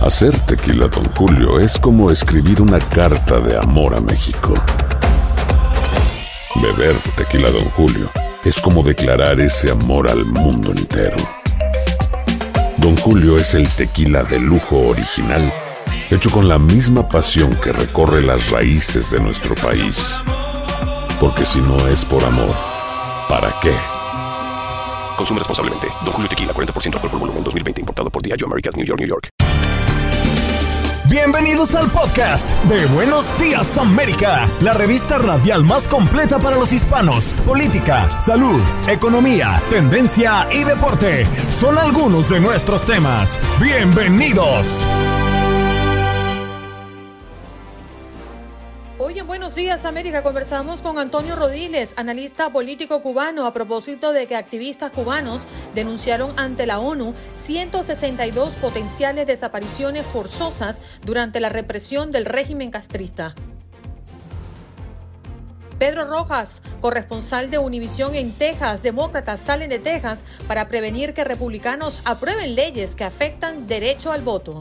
Hacer tequila Don Julio es como escribir una carta de amor a México. Beber tequila Don Julio es como declarar ese amor al mundo entero. Don Julio es el tequila de lujo original, hecho con la misma pasión que recorre las raíces de nuestro país. Porque si no es por amor, ¿para qué? Consume responsablemente. Don Julio Tequila, 40% alcohol por volumen, 2020. Importado por Diageo Americas, New York, New York. Bienvenidos al podcast de Buenos Días América, la revista radial más completa para los hispanos. Política, salud, economía, tendencia y deporte son algunos de nuestros temas. ¡Bienvenidos! Hoy en Buenos Días América conversamos con Antonio Rodiles, analista político cubano, a propósito de que activistas cubanos denunciaron ante la ONU 162 potenciales desapariciones forzosas durante la represión del régimen castrista. Pedro Rojas, corresponsal de Univisión en Texas, demócratas salen de Texas para prevenir que republicanos aprueben leyes que afectan derecho al voto.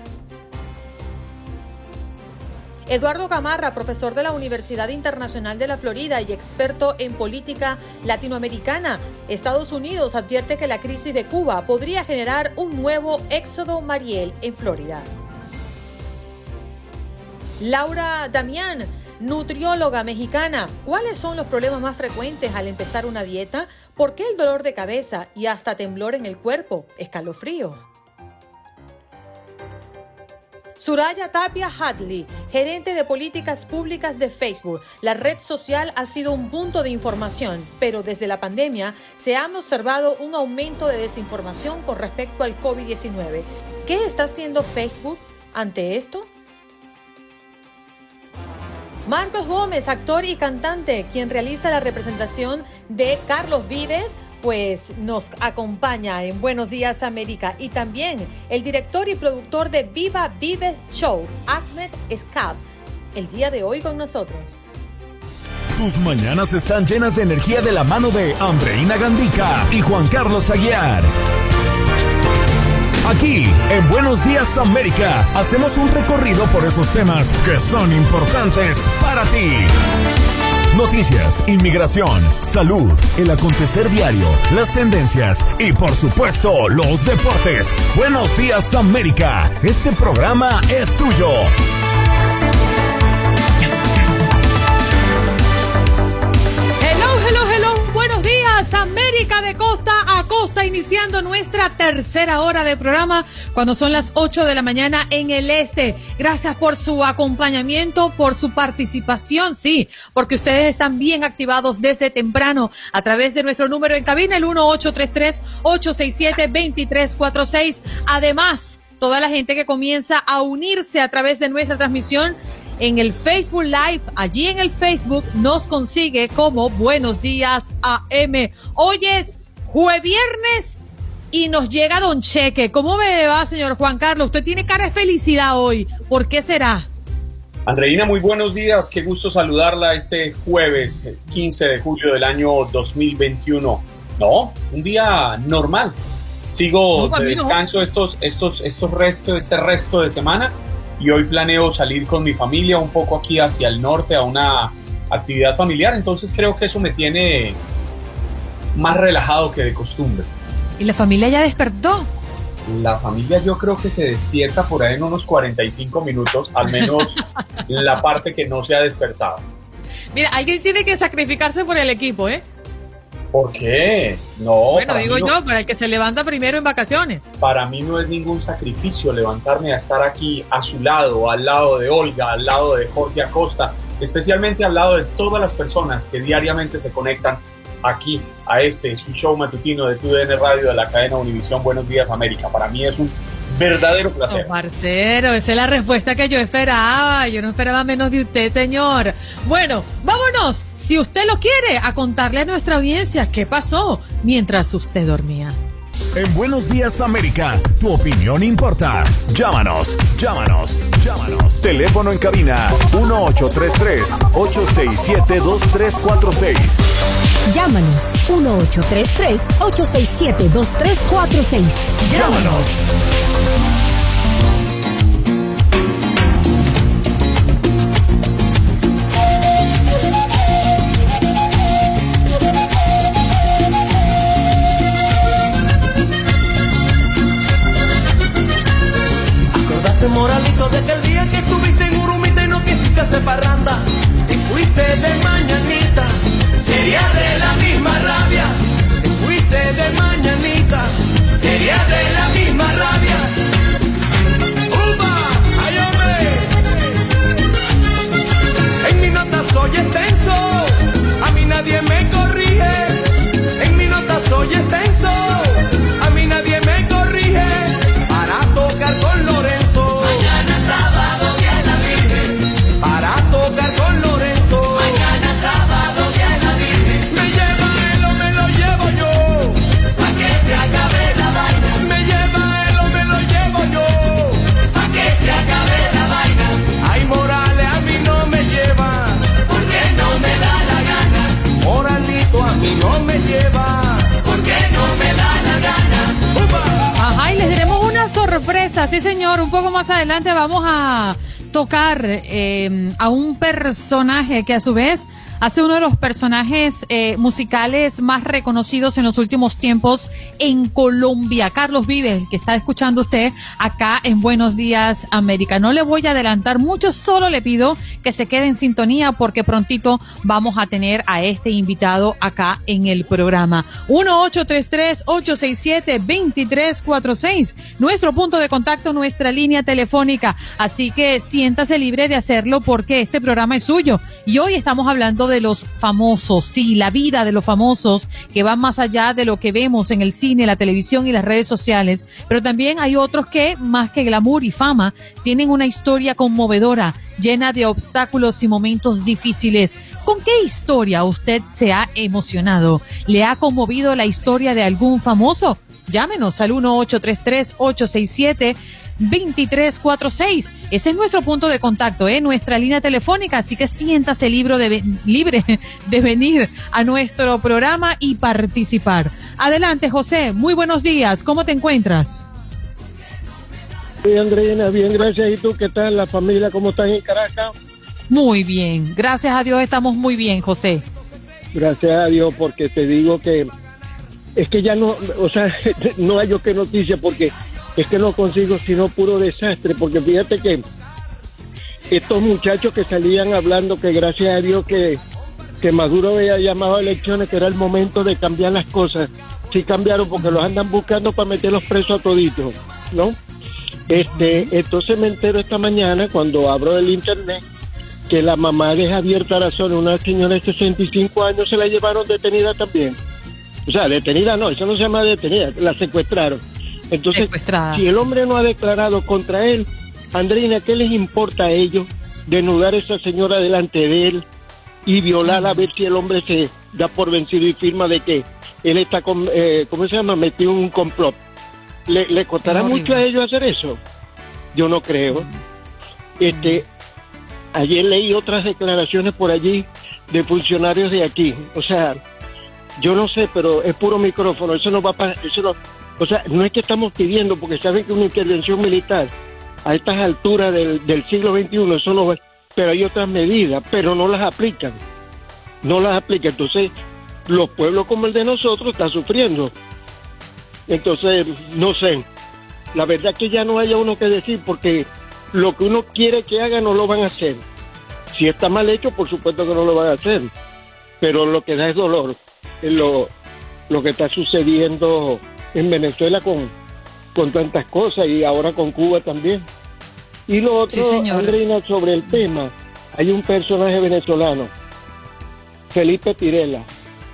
Eduardo Gamarra, profesor de la Universidad Internacional de la Florida y experto en política latinoamericana. Estados Unidos advierte que la crisis de Cuba podría generar un nuevo éxodo Mariel en Florida. Laura Damián, nutrióloga mexicana. ¿Cuáles son los problemas más frecuentes al empezar una dieta? ¿Por qué el dolor de cabeza y hasta temblor en el cuerpo? ¿Escalofríos? Soraya Tapia Hadley, gerente de políticas públicas de Facebook. La red social ha sido un punto de información, pero desde la pandemia se ha observado un aumento de desinformación con respecto al COVID-19. ¿Qué está haciendo Facebook ante esto? Marcos Gómez, actor y cantante, quien realiza la representación de Carlos Vives, pues nos acompaña en Buenos Días América. Y también el director y productor de Viva Vives Show, Ahmed Escaf, el día de hoy con nosotros. Tus mañanas están llenas de energía de la mano de Andreina Gandica y Juan Carlos Aguiar. Aquí, en Buenos Días América, hacemos un recorrido por esos temas que son importantes para ti. Noticias, inmigración, salud, el acontecer diario, las tendencias y, por supuesto, los deportes. Buenos Días América, este programa es tuyo. Buenos días, América, de costa a costa, iniciando nuestra tercera hora de programa cuando son las 8 de la mañana en el este. Gracias por su acompañamiento, por su participación, sí, porque ustedes están bien activados desde temprano a través de nuestro número en cabina, el 1-833-867-2346. Además, toda la gente que comienza a unirse a través de nuestra transmisión en el Facebook Live, allí en el Facebook nos consigue como Buenos Días AM. Hoy es jueviernes y nos llega Don Cheque. ¿Cómo me va, señor Juan Carlos? Usted tiene cara de felicidad hoy. ¿Por qué será? Andreina, muy buenos días. Qué gusto saludarla este jueves 15 de julio del año 2021. No, un día normal. Sigo de descanso este resto de semana. Y hoy planeo salir con mi familia un poco aquí hacia el norte a una actividad familiar, entonces creo que eso me tiene más relajado que de costumbre. ¿Y la familia ya despertó? La familia yo creo que se despierta por ahí en unos 45 minutos, al menos la parte que no se ha despertado. Mira, alguien tiene que sacrificarse por el equipo, ¿eh? ¿Por qué? No. Bueno, digo yo, para el que se levanta primero en vacaciones. Para mí no es ningún sacrificio levantarme a estar aquí a su lado, al lado de Olga, al lado de Jorge Acosta, especialmente al lado de todas las personas que diariamente se conectan aquí a su show matutino de TUDN Radio de la cadena Univisión Buenos Días América. Para mí es un verdadero placer. Parcero, esa es la respuesta que yo esperaba. Yo no esperaba menos de usted, señor. Bueno, vámonos, si usted lo quiere, a contarle a nuestra audiencia qué pasó mientras usted dormía. En Buenos Días América, tu opinión importa. Llámanos. Teléfono en cabina 1-833-867-2346. Llámanos 1-833-867-2346. Llámanos. moralito de aquel día que estuviste en Urumita y no quisiste hacer parranda y fuiste de mañanita. Sería de la misma rabia, que fuiste de mañanita. Sería de la misma rabia. ¡Upa! ¡Ay, hombre! En mi nota soy extenso, a mí nadie me corrige. En mi nota soy extenso, a mí nadie me corrige. Para tocar con Lorenzo, mañana sábado viene la Virgen. Para tocar con Lorenzo, mañana sábado viene la Virgen. Me lleva él o me lo llevo yo, pa' que se acabe la vaina. Me lleva él o me lo llevo yo, pa' que se acabe la vaina. Ay, Morales a mí no me lleva, porque no me da la gana. Moralito a mí no me lleva, porque no me da la gana. ¡Upa! Ajá, y les diremos una sorpresa, sí señor, un poco más adelante vamos a tocar a un personaje que a su vez hace uno de los personajes musicales más reconocidos en los últimos tiempos en Colombia. Carlos Vives, el que está escuchando usted acá en Buenos Días América. No le voy a adelantar mucho, solo le pido que se quede en sintonía porque prontito vamos a tener a este invitado acá en el programa. 1-833-867-2346, nuestro punto de contacto, nuestra línea telefónica. Así que siéntase libre de hacerlo porque este programa es suyo. Y hoy estamos hablando de los famosos, sí, la vida de los famosos que van más allá de lo que vemos en el cine, la televisión y las redes sociales, pero también hay otros que, más que glamour y fama, tienen una historia conmovedora, llena de obstáculos y momentos difíciles. ¿Con qué historia usted se ha emocionado? ¿Le ha conmovido la historia de algún famoso? Llámenos al 1-833-867-2346. Ese es nuestro punto de contacto, nuestra línea telefónica, así que siéntase libre de venir a nuestro programa y participar. Adelante, José, muy buenos días, ¿cómo te encuentras? Sí, Andreina, bien, gracias. ¿Y tú qué tal? ¿La familia cómo están en Caracas? Muy bien, gracias a Dios estamos muy bien, José. Gracias a Dios, porque te digo que es que ya no, o sea, no hay yo qué noticia, porque es que no consigo sino puro desastre, porque fíjate que estos muchachos que salían hablando que gracias a Dios que Maduro había llamado a elecciones, que era el momento de cambiar las cosas, sí cambiaron porque los andan buscando para meterlos presos a toditos, ¿no? Entonces me entero esta mañana cuando abro el internet que la mamá de Javier Tarazona, una señora de 65 años, se la llevaron detenida también. O sea, detenida no, eso no se llama detenida, la secuestraron. Entonces, si el hombre no ha declarado contra él, Andreina, ¿qué les importa a ellos desnudar a esa señora delante de él y violarla, a ver si el hombre se da por vencido y firma de que él está, ¿cómo se llama?, metido en un complot? ¿Le costará mucho a ellos hacer eso? Yo no creo. Ayer leí otras declaraciones por allí de funcionarios de aquí. O sea, yo no sé, pero es puro micrófono. Eso no va a pasar. O sea, no es que estamos pidiendo, porque saben que una intervención militar a estas alturas del siglo XXI, eso no va. Pero hay otras medidas, pero no las aplican. No las aplican. Entonces, los pueblos como el de nosotros están sufriendo. Entonces, no sé, la verdad es que ya no haya uno que decir, porque lo que uno quiere que haga no lo van a hacer. Si está mal hecho, por supuesto que no lo van a hacer, pero lo que da es dolor, es lo que está sucediendo en Venezuela con tantas cosas, y ahora con Cuba también. Y lo otro, sí, Andreina, sobre el tema, hay un personaje venezolano, Felipe Pirela,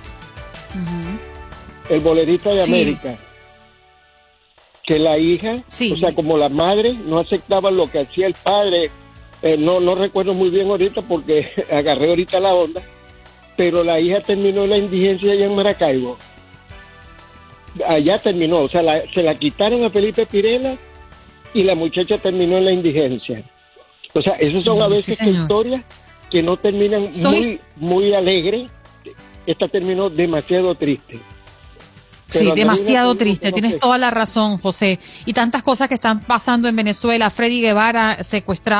el bolerista de América, que la hija, o sea, como la madre, no aceptaba lo que hacía el padre. No recuerdo muy bien ahorita porque agarré ahorita la onda, pero la hija terminó la indigencia allá en Maracaibo. Allá terminó, o sea, se la quitaron a Felipe Pirela y la muchacha terminó en la indigencia. O sea, esas son a veces historias que no terminan muy alegre. Esta terminó demasiado triste. Sí, demasiado triste, tienes toda la razón, José. Y tantas cosas que están pasando en Venezuela. Freddy Guevara secuestrado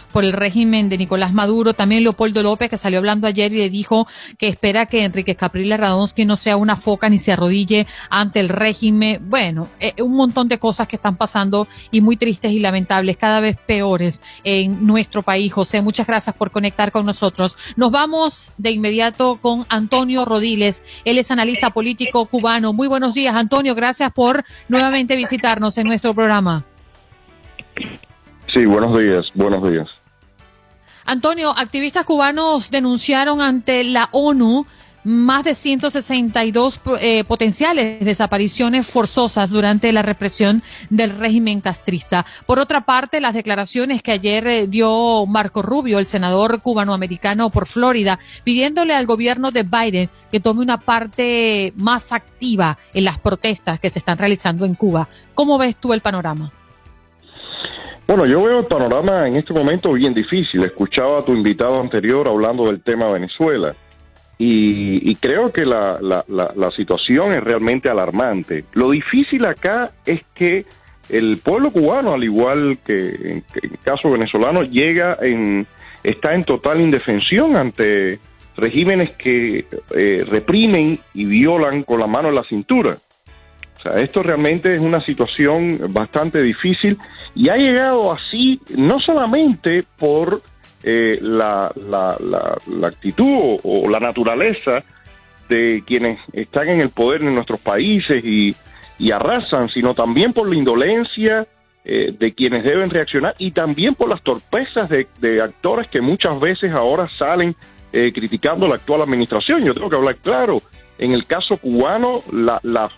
por el régimen de Nicolás Maduro. También Leopoldo López, que salió hablando ayer y le dijo que espera que Enrique Capriles Radonsky no sea una foca ni se arrodille ante el régimen. Bueno, un montón de cosas que están pasando y muy tristes y lamentables, cada vez peores en nuestro país. José, muchas gracias por conectar con nosotros. Nos vamos de inmediato con Antonio Rodiles. Él es analista político cubano. Muy buenos días, Antonio. Gracias por nuevamente visitarnos en nuestro programa. Sí, buenos días, buenos días. Antonio, activistas cubanos denunciaron ante la ONU más de 162 potenciales desapariciones forzosas durante la represión del régimen castrista. Por otra parte, las declaraciones que ayer dio Marco Rubio, el senador cubanoamericano por Florida, pidiéndole al gobierno de Biden que tome una parte más activa en las protestas que se están realizando en Cuba. ¿Cómo ves tú el panorama? Bueno, yo veo el panorama en este momento bien difícil. Escuchaba a tu invitado anterior hablando del tema Venezuela y creo que la situación es realmente alarmante. Lo difícil acá es que el pueblo cubano, al igual que en el caso venezolano, está en total indefensión ante regímenes que reprimen y violan con la mano en la cintura. O sea, esto realmente es una situación bastante difícil y ha llegado así no solamente por la actitud o la naturaleza de quienes están en el poder en nuestros países y arrasan, sino también por la indolencia de quienes deben reaccionar y también por las torpezas de actores que muchas veces ahora salen criticando la actual administración. Yo tengo que hablar claro. En el caso cubano, la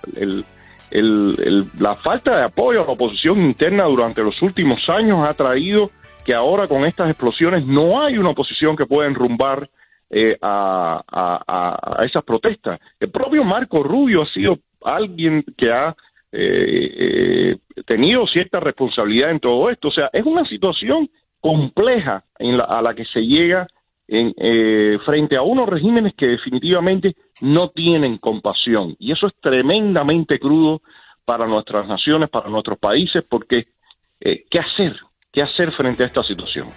falta de apoyo a la oposición interna durante los últimos años ha traído que ahora con estas explosiones no hay una oposición que pueda enrumbar a esas protestas. El propio Marco Rubio ha sido alguien que ha tenido cierta responsabilidad en todo esto. O sea, es una situación compleja a la que se llega frente a unos regímenes que definitivamente no tienen compasión, y eso es tremendamente crudo para nuestras naciones, para nuestros países, porque ¿qué hacer frente a esta situación?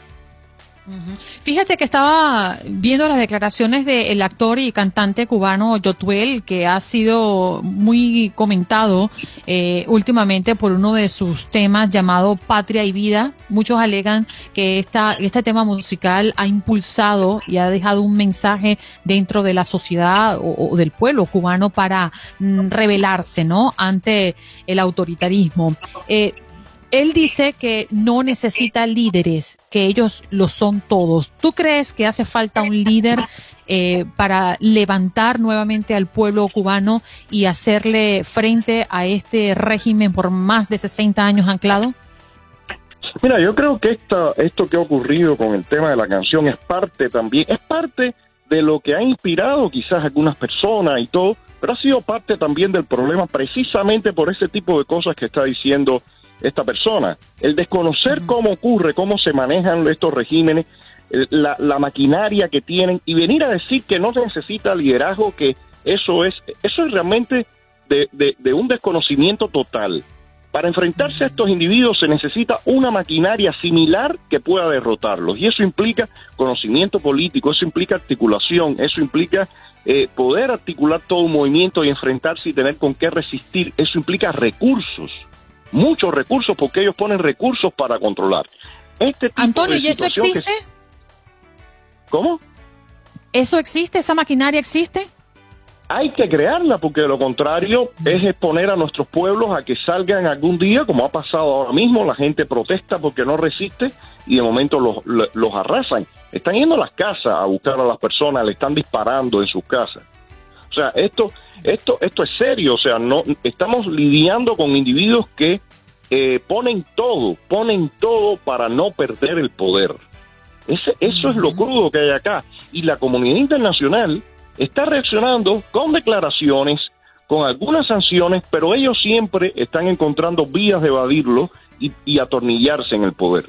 Fíjate que estaba viendo las declaraciones del actor y cantante cubano Yotuel, que ha sido muy comentado últimamente por uno de sus temas llamado Patria y Vida. Muchos alegan que este tema musical ha impulsado y ha dejado un mensaje dentro de la sociedad o del pueblo cubano para rebelarse, ¿no?, ante el autoritarismo. Él dice que no necesita líderes, que ellos lo son todos. ¿Tú crees que hace falta un líder para levantar nuevamente al pueblo cubano y hacerle frente a este régimen por más de 60 años anclado? Mira, yo creo que esto que ha ocurrido con el tema de la canción es parte de lo que ha inspirado quizás a algunas personas y todo, pero ha sido parte también del problema precisamente por ese tipo de cosas que está diciendo esta persona. El desconocer cómo ocurre, cómo se manejan estos regímenes, la maquinaria que tienen, y venir a decir que no se necesita liderazgo, que eso es realmente de un desconocimiento total. Para enfrentarse a estos individuos se necesita una maquinaria similar que pueda derrotarlos, y eso implica conocimiento político, eso implica articulación, eso implica poder articular todo un movimiento y enfrentarse y tener con qué resistir, eso implica recursos. Muchos recursos, porque ellos ponen recursos para controlar. Antonio, ¿y eso existe? ¿Cómo? ¿Eso existe? ¿Esa maquinaria existe? Hay que crearla, porque de lo contrario es exponer a nuestros pueblos a que salgan algún día, como ha pasado ahora mismo. La gente protesta porque no resiste y de momento los arrasan. Están yendo a las casas a buscar a las personas, le están disparando en sus casas. O sea, esto es serio. O sea, no estamos lidiando con individuos que ponen todo para no perder el poder. Eso es lo crudo que hay acá. Y la comunidad internacional está reaccionando con declaraciones, con algunas sanciones, pero ellos siempre están encontrando vías de evadirlo y atornillarse en el poder.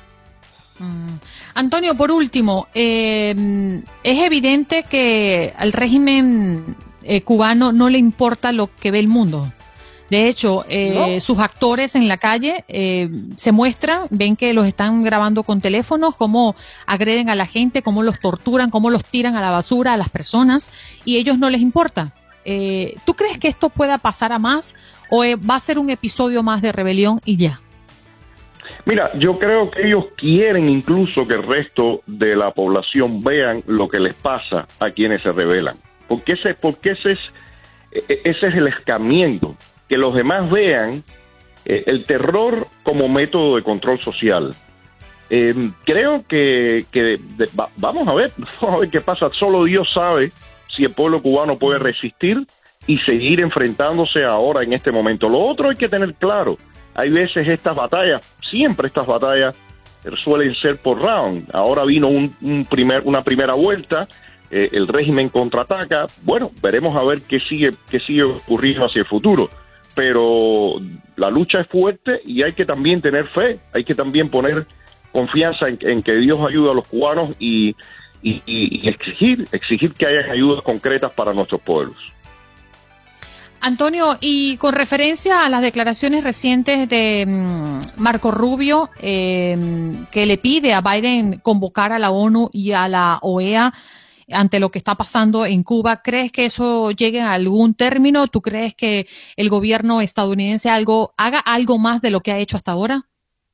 Antonio, por último, es evidente que al régimen cubano no le importa lo que ve el mundo. De hecho, sus actores en la calle se muestran, ven que los están grabando con teléfonos, cómo agreden a la gente, cómo los torturan, cómo los tiran a la basura a las personas, y a ellos no les importa. ¿Tú crees que esto pueda pasar a más o va a ser un episodio más de rebelión y ya? Mira, yo creo que ellos quieren incluso que el resto de la población vean lo que les pasa a quienes se rebelan. Porque ese es el escarmiento, que los demás vean el terror como método de control social. Creo que vamos a ver qué pasa. Solo Dios sabe si el pueblo cubano puede resistir y seguir enfrentándose ahora en este momento. Lo otro hay que tener claro, hay veces siempre estas batallas suelen ser por round. Ahora vino una primera vuelta, el régimen contraataca. Bueno, veremos a ver qué sigue ocurriendo hacia el futuro. Pero la lucha es fuerte y hay que también tener fe, hay que también poner confianza en que Dios ayude a los cubanos y exigir que haya ayudas concretas para nuestros pueblos. Antonio, y con referencia a las declaraciones recientes de Marco Rubio, que le pide a Biden convocar a la ONU y a la OEA ante lo que está pasando en Cuba, ¿crees que eso llegue a algún término? ¿Tú crees que el gobierno estadounidense haga algo más de lo que ha hecho hasta ahora?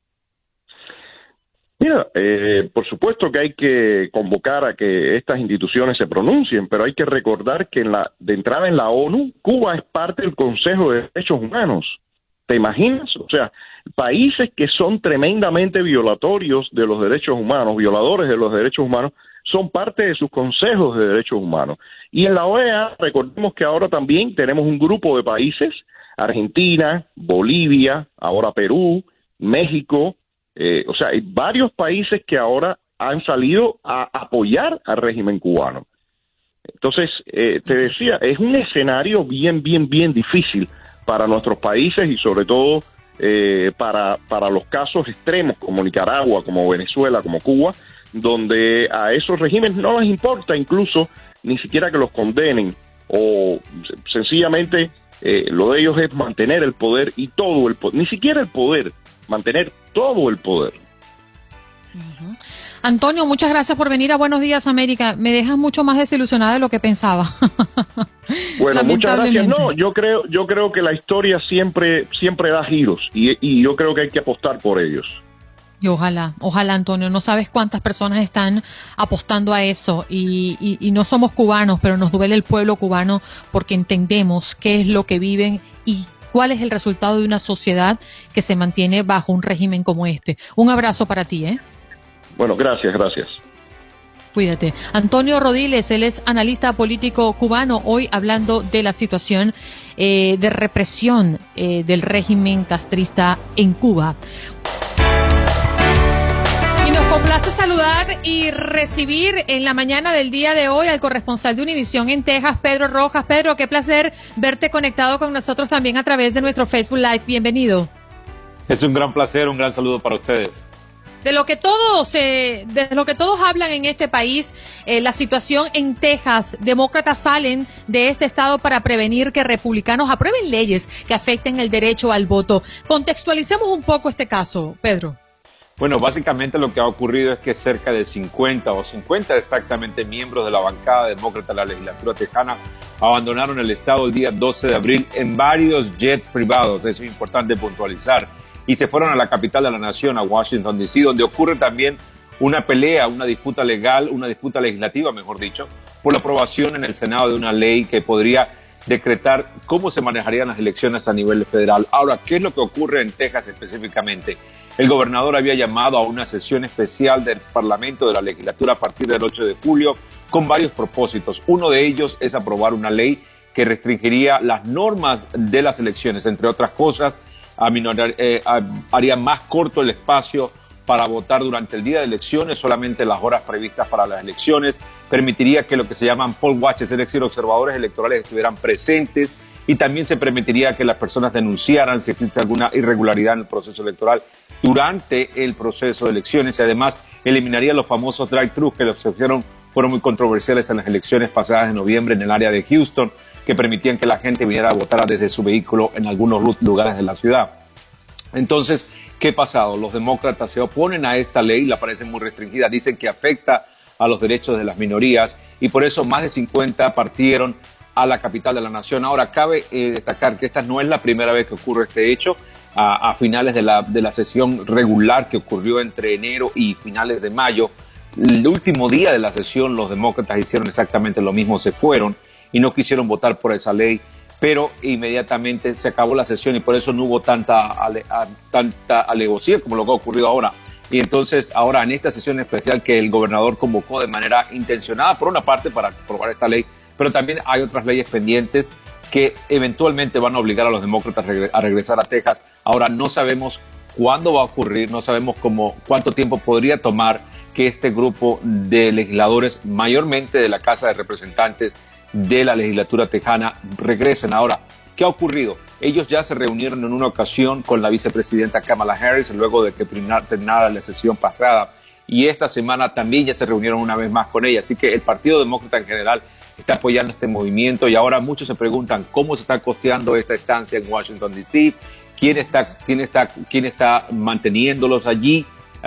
Mira, por supuesto que hay que convocar a que estas instituciones se pronuncien, pero hay que recordar que de entrada en la ONU, Cuba es parte del Consejo de Derechos Humanos. ¿Te imaginas? O sea, países que son tremendamente violatorios de los derechos humanos, violadores de los derechos humanos, son parte de sus consejos de derechos humanos. Y en la OEA, recordemos que ahora también tenemos un grupo de países, Argentina, Bolivia, ahora Perú, México. O sea, hay varios países que ahora han salido a apoyar al régimen cubano. Entonces, te decía, es un escenario bien difícil para nuestros países y sobre todo para los casos extremos como Nicaragua, como Venezuela, como Cuba, donde a esos regímenes no les importa incluso ni siquiera que los condenen o sencillamente lo de ellos es mantener el poder y todo el poder, ni siquiera el poder, mantener todo el poder. Uh-huh. Antonio, muchas gracias por venir a Buenos Días América. Me dejas mucho más desilusionada de lo que pensaba. Bueno, muchas gracias. No, yo creo que la historia siempre da giros y yo creo que hay que apostar por ellos. Y ojalá, Antonio, no sabes cuántas personas están apostando a eso y no somos cubanos, pero nos duele el pueblo cubano porque entendemos qué es lo que viven y cuál es el resultado de una sociedad que se mantiene bajo un régimen como este. Un abrazo para ti, ¿eh? Bueno, gracias. Cuídate. Antonio Rodiles, él es analista político cubano, hoy hablando de la situación de represión del régimen castrista en Cuba. Y nos complace saludar y recibir en la mañana del día de hoy al corresponsal de Univisión en Texas, Pedro Rojas. Pedro, qué placer verte conectado con nosotros también a través de nuestro Facebook Live. Bienvenido. Es un gran placer, un gran saludo para ustedes. De lo que todos hablan en este país, la situación en Texas, demócratas salen de este estado para prevenir que republicanos aprueben leyes que afecten el derecho al voto. Contextualicemos un poco este caso, Pedro. Bueno, básicamente lo que ha ocurrido es que cerca de 50 exactamente miembros de la bancada demócrata de la legislatura tejana abandonaron el estado el día 12 de abril en varios jets privados, eso es importante puntualizar, y se fueron a la capital de la nación, a Washington D.C., donde ocurre también una pelea, una disputa legal, una disputa legislativa, mejor dicho, por la aprobación en el Senado de una ley que podría decretar cómo se manejarían las elecciones a nivel federal. Ahora, ¿qué es lo que ocurre en Texas específicamente? El gobernador había llamado a una sesión especial del Parlamento de la legislatura a partir del 8 de julio con varios propósitos. Uno de ellos es aprobar una ley que restringiría las normas de las elecciones, entre otras cosas, haría más corto el espacio para votar durante el día de elecciones, solamente las horas previstas para las elecciones, permitiría que lo que se llaman poll watchers, es decir, observadores electorales, estuvieran presentes, y también se permitiría que las personas denunciaran si existe alguna irregularidad en el proceso electoral durante el proceso de elecciones, y además eliminaría los famosos drive-thrus que los fueron muy controversiales en las elecciones pasadas de noviembre en el área de Houston. que permitían que la gente viniera a votar desde su vehículo en algunos lugares de la ciudad. Entonces, ¿qué ha pasado? Los demócratas se oponen a esta ley, la parecen muy restringida, dicen que afecta a los derechos de las minorías y por eso más de 50 partieron a la capital de la nación. Ahora, cabe destacar que esta no es la primera vez que ocurre este hecho. A finales de la sesión regular que ocurrió entre enero y finales de mayo, el último día de la sesión los demócratas hicieron exactamente lo mismo, se fueron y no quisieron votar por esa ley, pero inmediatamente se acabó la sesión y por eso no hubo tanta alevosía como lo que ha ocurrido ahora. Y entonces ahora en esta sesión especial que el gobernador convocó de manera intencionada, por una parte para aprobar esta ley, pero también hay otras leyes pendientes que eventualmente van a obligar a los demócratas a regresar a Texas. Ahora no sabemos cuándo va a ocurrir, no sabemos cuánto tiempo podría tomar que este grupo de legisladores, mayormente de la Casa de Representantes de la legislatura tejana, regresen. Ahora, ¿qué ha ocurrido? Ellos ya se reunieron en una ocasión con la vicepresidenta Kamala Harris luego de que terminara la sesión pasada y esta semana también ya se reunieron una vez más con ella. Así que el Partido Demócrata en general está apoyando este movimiento y ahora muchos se preguntan cómo se está costeando esta estancia en Washington, D.C., quién está manteniéndolos allí.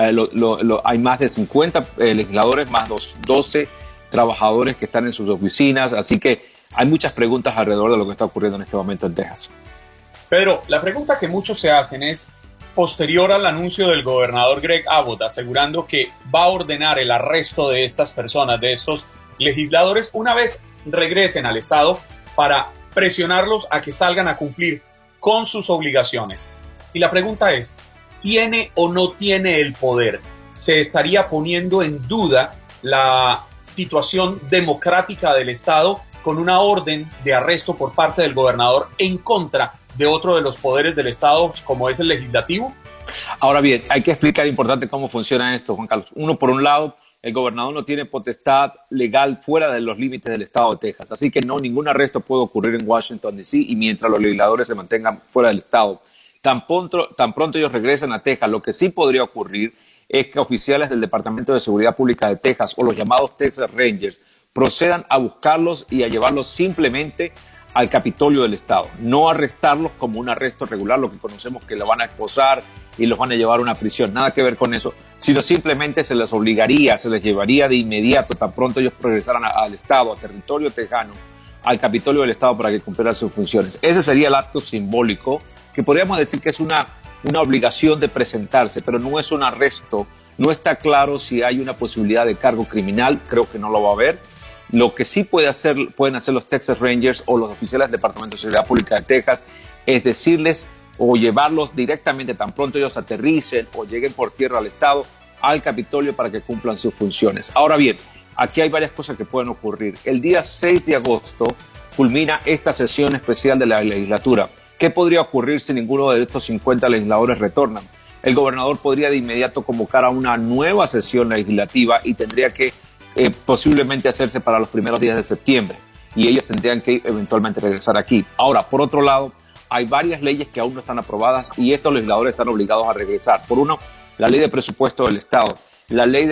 Hay más de 50 legisladores, más 12 trabajadores que están en sus oficinas, así que hay muchas preguntas alrededor de lo que está ocurriendo en este momento en Texas. Pedro, la pregunta que muchos se hacen es, posterior al anuncio del gobernador Greg Abbott asegurando que va a ordenar el arresto de estas personas, de estos legisladores, una vez regresen al estado para presionarlos a que salgan a cumplir con sus obligaciones. Y la pregunta es, ¿tiene o no tiene el poder? ¿Se estaría poniendo en duda la situación democrática del estado con una orden de arresto por parte del gobernador en contra de otro de los poderes del estado, como es el legislativo? Ahora bien, hay que explicar importante cómo funciona esto, Juan Carlos. Uno, por un lado, el gobernador no tiene potestad legal fuera de los límites del estado de Texas, así que ningún arresto puede ocurrir en Washington, D.C. y mientras los legisladores se mantengan fuera del estado. Tan pronto ellos regresen a Texas, lo que sí podría ocurrir es que oficiales del Departamento de Seguridad Pública de Texas o los llamados Texas Rangers procedan a buscarlos y a llevarlos simplemente al Capitolio del Estado, no arrestarlos como un arresto regular, lo que conocemos que lo van a esposar y los van a llevar a una prisión, nada que ver con eso, sino simplemente se les llevaría de inmediato, tan pronto ellos regresaran al Estado, a territorio tejano, al Capitolio del Estado para que cumplieran sus funciones. Ese sería el acto simbólico, que podríamos decir que es una obligación de presentarse, pero no es un arresto. No está claro si hay una posibilidad de cargo criminal, creo que no lo va a haber. Lo que sí pueden hacer los Texas Rangers o los oficiales del Departamento de Seguridad Pública de Texas es decirles o llevarlos directamente, tan pronto ellos aterricen o lleguen por tierra al estado, al Capitolio para que cumplan sus funciones. Ahora bien, aquí hay varias cosas que pueden ocurrir. El día 6 de agosto culmina esta sesión especial de la legislatura. ¿Qué podría ocurrir si ninguno de estos 50 legisladores retornan? El gobernador podría de inmediato convocar a una nueva sesión legislativa y tendría que posiblemente hacerse para los primeros días de septiembre y ellos tendrían que eventualmente regresar aquí. Ahora, por otro lado, hay varias leyes que aún no están aprobadas y estos legisladores están obligados a regresar. Por uno, la ley de presupuesto del Estado, la ley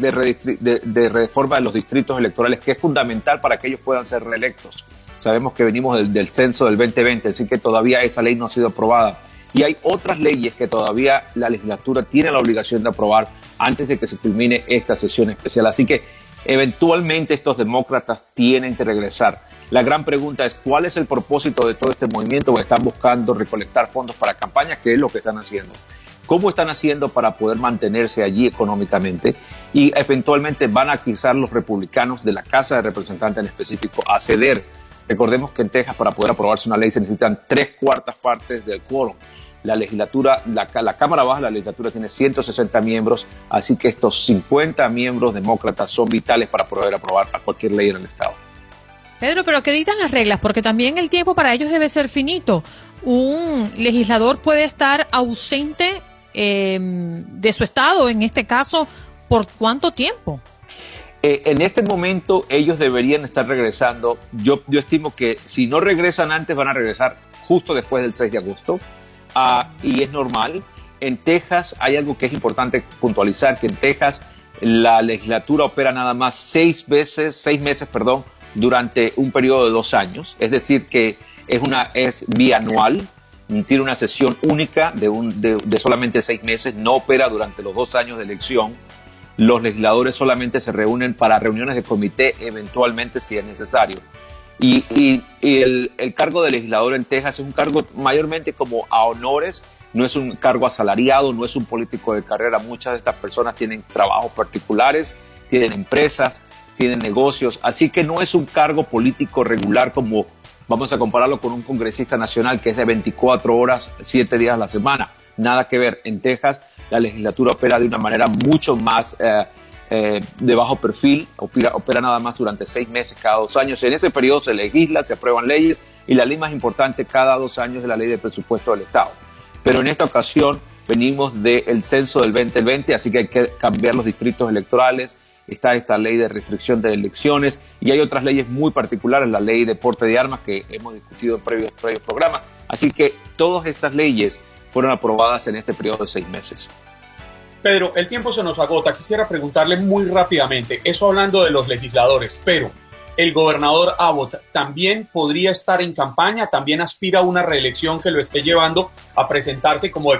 de reforma de los distritos electorales, que es fundamental para que ellos puedan ser reelectos. Sabemos que venimos del censo del 2020, así que todavía esa ley no ha sido aprobada. Y hay otras leyes que todavía la legislatura tiene la obligación de aprobar antes de que se culmine esta sesión especial. Así que eventualmente estos demócratas tienen que regresar. La gran pregunta es, ¿cuál es el propósito de todo este movimiento? Están buscando recolectar fondos para campañas, ¿qué es lo que están haciendo? ¿Cómo están haciendo para poder mantenerse allí económicamente? Y eventualmente van a quizás los republicanos de la Casa de Representantes en específico a ceder. Recordemos que en Texas para poder aprobarse una ley se necesitan 3/4 partes del quórum. La legislatura, la Cámara Baja de la legislatura tiene 160 miembros, así que estos 50 miembros demócratas son vitales para poder aprobar a cualquier ley en el estado. Pedro, pero ¿qué dictan las reglas? Porque también el tiempo para ellos debe ser finito. Un legislador puede estar ausente de su estado, en este caso, ¿por cuánto tiempo? En este momento ellos deberían estar regresando. Yo estimo que si no regresan antes, van a regresar justo después del 6 de agosto. Y es normal. En Texas hay algo que es importante puntualizar, que en Texas la legislatura opera nada más 6 meses durante un periodo de 2 años, es decir que es bianual, tiene una sesión única de solamente 6 meses, no opera durante los 2 años de elección. Los legisladores solamente se reúnen para reuniones de comité eventualmente si es necesario. Y el cargo de legislador en Texas es un cargo mayormente como a honores, no es un cargo asalariado, no es un político de carrera. Muchas de estas personas tienen trabajos particulares, tienen empresas, tienen negocios, así que no es un cargo político regular como vamos a compararlo con un congresista nacional que es de 24 horas, 7 días a la semana. Nada que ver. En Texas la legislatura opera de una manera mucho más de bajo perfil, opera nada más durante 6 meses cada 2 años. En ese periodo se legisla, se aprueban leyes y la ley más importante cada 2 años es la ley de presupuesto del Estado. Pero en esta ocasión venimos del censo del 2020, así que hay que cambiar los distritos electorales. Está esta ley de restricción de elecciones y hay otras leyes muy particulares, la ley de porte de armas que hemos discutido en previos programas. Así que todas estas leyes fueron aprobadas en este periodo de 6 meses. Pedro, el tiempo se nos agota. Quisiera preguntarle muy rápidamente, eso hablando de los legisladores, pero ¿el gobernador Abbott también podría estar en campaña? ¿También aspira a una reelección que lo esté llevando a presentarse como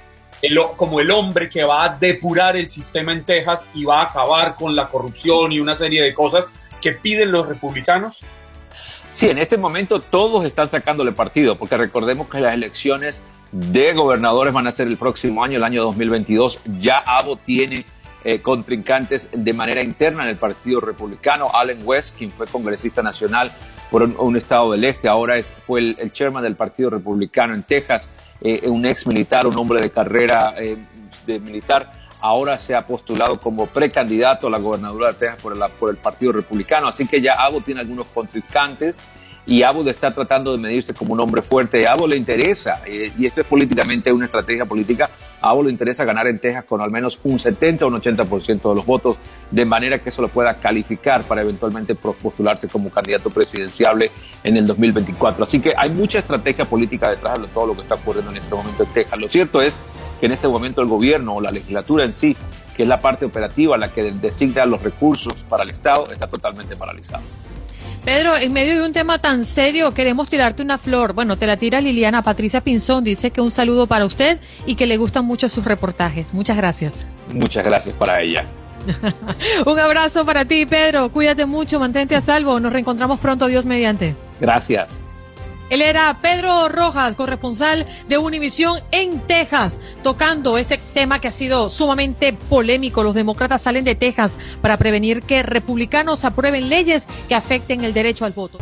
el hombre que va a depurar el sistema en Texas y va a acabar con la corrupción y una serie de cosas que piden los republicanos? Sí, en este momento todos están sacándole partido, porque recordemos que las elecciones de gobernadores van a ser el próximo año, el año 2022. Ya Abbott tiene contrincantes de manera interna en el Partido Republicano. Allen West, quien fue congresista nacional por un estado del este, ahora fue el chairman del Partido Republicano en Texas, un ex militar, un hombre de carrera de militar, ahora se ha postulado como precandidato a la gobernadura de Texas por el Partido Republicano. Así que ya Abbott tiene algunos contrincantes y Abbott está tratando de medirse como un hombre fuerte. A Abbott le interesa, y esto es políticamente una estrategia política, a Abbott le interesa ganar en Texas con al menos un 70 o un 80% de los votos, de manera que eso lo pueda calificar para eventualmente postularse como candidato presidenciable en el 2024. Así que hay mucha estrategia política detrás de todo lo que está ocurriendo en este momento en Texas. Lo cierto es que en este momento el gobierno o la legislatura en sí, que es la parte operativa, la que designa los recursos para el Estado, está totalmente paralizado. Pedro, en medio de un tema tan serio, queremos tirarte una flor. Bueno, te la tira Liliana Patricia Pinzón, dice que un saludo para usted y que le gustan mucho sus reportajes. Muchas gracias. Muchas gracias para ella. Un abrazo para ti, Pedro. Cuídate mucho, mantente a salvo. Nos reencontramos pronto, Dios mediante. Gracias. Él era Pedro Rojas, corresponsal de Univisión en Texas, tocando este tema que ha sido sumamente polémico. Los demócratas salen de Texas para prevenir que republicanos aprueben leyes que afecten el derecho al voto.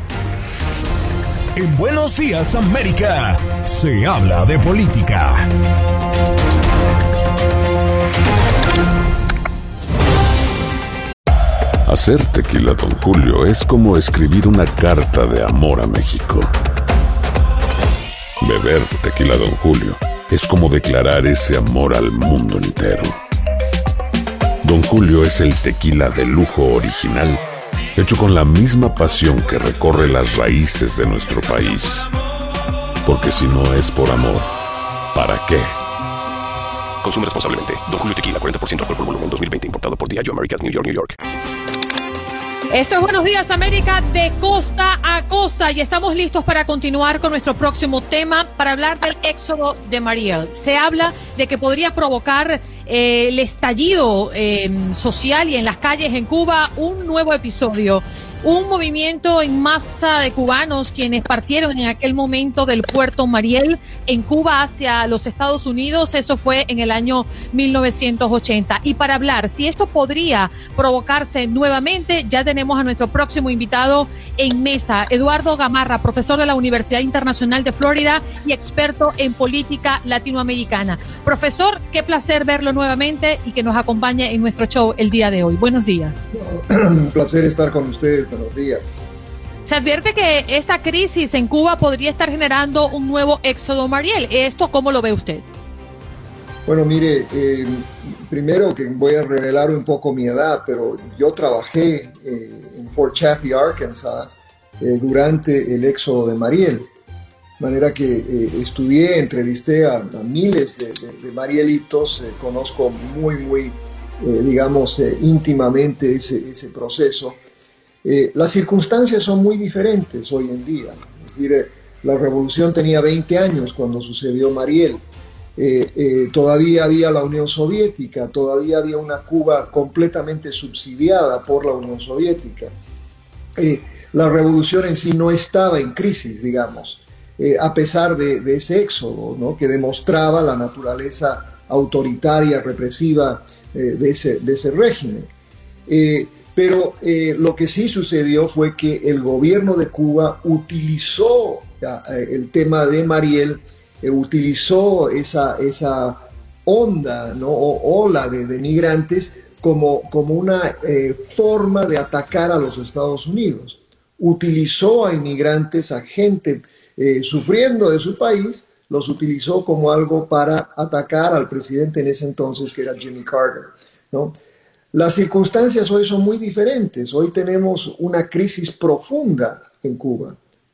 En Buenos Días, América, se habla de política. Hacer tequila Don Julio es como escribir una carta de amor a México. Beber tequila Don Julio es como declarar ese amor al mundo entero. Don Julio es el tequila de lujo original, hecho con la misma pasión que recorre las raíces de nuestro país. Porque si no es por amor, ¿para qué? Consume responsablemente. Don Julio Tequila, 40% alcohol por volumen, 2020. Importado por Diageo Americas, New York, New York. Esto es Buenos Días, América, de costa a costa, y estamos listos para continuar con nuestro próximo tema, para hablar del éxodo de Mariel. Se habla de que podría provocar el estallido social y en las calles en Cuba un nuevo episodio. Un movimiento en masa de cubanos quienes partieron en aquel momento del puerto Mariel en Cuba hacia los Estados Unidos. Eso fue en el año 1980. Y para hablar si esto podría provocarse nuevamente, ya tenemos a nuestro próximo invitado en mesa, Eduardo Gamarra, profesor de la Universidad Internacional de Florida y experto en política latinoamericana. Profesor, qué placer verlo nuevamente y que nos acompañe en nuestro show el día de hoy. Buenos días. Un placer estar con ustedes. Buenos días. Se advierte que esta crisis en Cuba podría estar generando un nuevo éxodo Mariel. ¿Esto cómo lo ve usted? Bueno, mire, primero que voy a revelar un poco mi edad, pero yo trabajé en Fort Chaffee, Arkansas, durante el éxodo de Mariel. De manera que estudié, entrevisté a miles de marielitos, conozco muy, digamos, íntimamente ese proceso. Las circunstancias son muy diferentes hoy en día. Es decir, la revolución tenía 20 años cuando sucedió Mariel. Todavía había la Unión Soviética, todavía había una Cuba completamente subsidiada por la Unión Soviética. La revolución en sí no estaba en crisis, digamos, a pesar de ese éxodo, ¿no?, que demostraba la naturaleza autoritaria, represiva de ese régimen. Pero lo que sí sucedió fue que el gobierno de Cuba utilizó el tema de Mariel, utilizó esa onda, ¿no?, o ola de migrantes como una forma de atacar a los Estados Unidos. Utilizó a inmigrantes, a gente sufriendo de su país, los utilizó como algo para atacar al presidente en ese entonces, que era Jimmy Carter, ¿no? Las circunstancias hoy son muy diferentes. Hoy tenemos una crisis profunda en Cuba.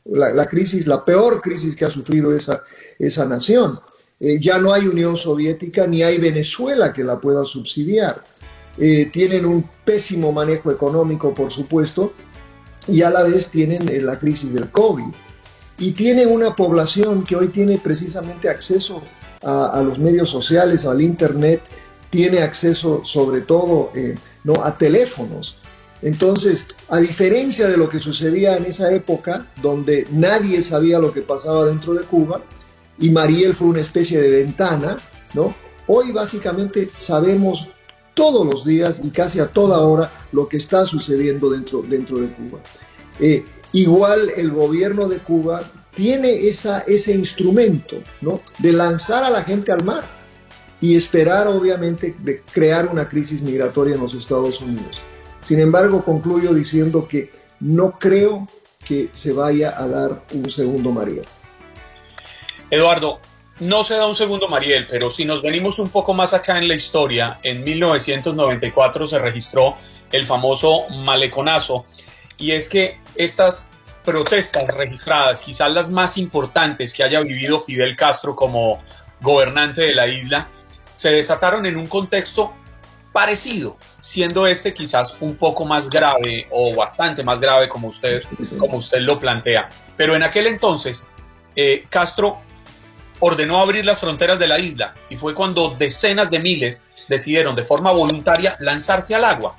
La peor crisis que ha sufrido esa nación. Ya no hay Unión Soviética ni hay Venezuela que la pueda subsidiar. Tienen un pésimo manejo económico, por supuesto, y a la vez tienen la crisis del COVID. Y tienen una población que hoy tiene precisamente acceso a los medios sociales, al Internet, tiene acceso sobre todo a teléfonos. Entonces, a diferencia de lo que sucedía en esa época, donde nadie sabía lo que pasaba dentro de Cuba, y Mariel fue una especie de ventana, ¿no?, hoy básicamente sabemos todos los días y casi a toda hora lo que está sucediendo dentro de Cuba. Igual el gobierno de Cuba tiene ese instrumento, ¿no?, de lanzar a la gente al mar y esperar, obviamente, de crear una crisis migratoria en los Estados Unidos. Sin embargo, concluyo diciendo que no creo que se vaya a dar un segundo Mariel. Eduardo, no se da un segundo Mariel, pero si nos venimos un poco más acá en la historia, en 1994 se registró el famoso maleconazo, y es que estas protestas registradas, quizás las más importantes que haya vivido Fidel Castro como gobernante de la isla, se desataron en un contexto parecido, siendo este quizás un poco más grave o bastante más grave como usted lo plantea. Pero en aquel entonces Castro ordenó abrir las fronteras de la isla y fue cuando decenas de miles decidieron de forma voluntaria lanzarse al agua.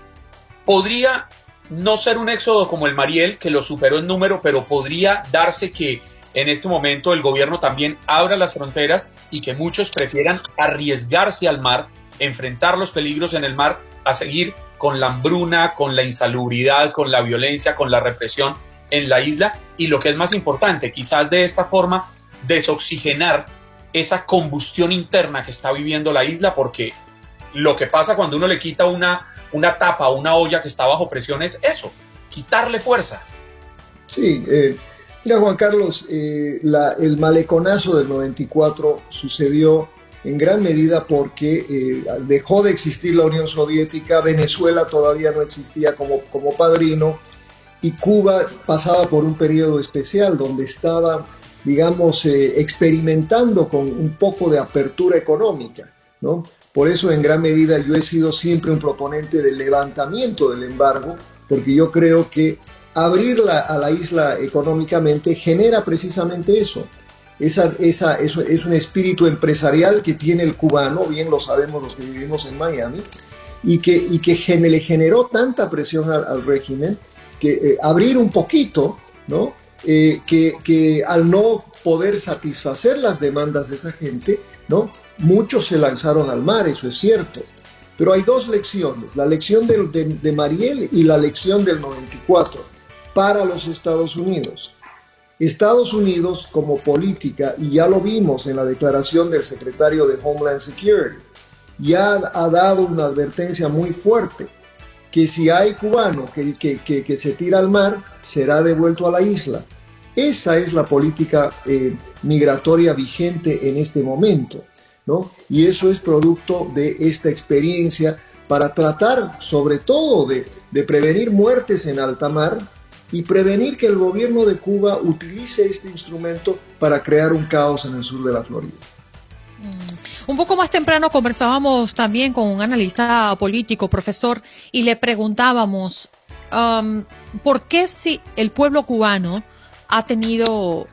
Podría no ser un éxodo como el Mariel, que lo superó en número, pero podría darse que en este momento el gobierno también abra las fronteras y que muchos prefieran arriesgarse al mar, enfrentar los peligros en el mar, a seguir con la hambruna, con la insalubridad, con la violencia, con la represión en la isla, y lo que es más importante, quizás de esta forma desoxigenar esa combustión interna que está viviendo la isla, porque lo que pasa cuando uno le quita una tapa, una olla que está bajo presión es eso, quitarle fuerza. Sí, mira, Juan Carlos, el maleconazo del 94 sucedió en gran medida porque dejó de existir la Unión Soviética, Venezuela todavía no existía como padrino, y Cuba pasaba por un periodo especial donde estaba, digamos, experimentando con un poco de apertura económica, ¿no? Por eso, en gran medida, yo he sido siempre un proponente del levantamiento del embargo, porque yo creo que abrirla a la isla económicamente genera precisamente eso. Es un espíritu empresarial que tiene el cubano, bien lo sabemos los que vivimos en Miami, y que le generó tanta presión al régimen que abrir un poquito, ¿no? Que al no poder satisfacer las demandas de esa gente, ¿no?, muchos se lanzaron al mar, eso es cierto. Pero hay dos lecciones, la lección de Mariel y la lección del 94 para los Estados Unidos. Estados Unidos como política, y ya lo vimos en la declaración del secretario de Homeland Security, ya ha dado una advertencia muy fuerte, que si hay cubano que se tira al mar, será devuelto a la isla. Esa es la política migratoria vigente en este momento, ¿no? Y eso es producto de esta experiencia para tratar sobre todo de prevenir muertes en alta mar y prevenir que el gobierno de Cuba utilice este instrumento para crear un caos en el sur de la Florida. Un poco más temprano conversábamos también con un analista político, profesor, y le preguntábamos, ¿por qué si el pueblo cubano ha tenido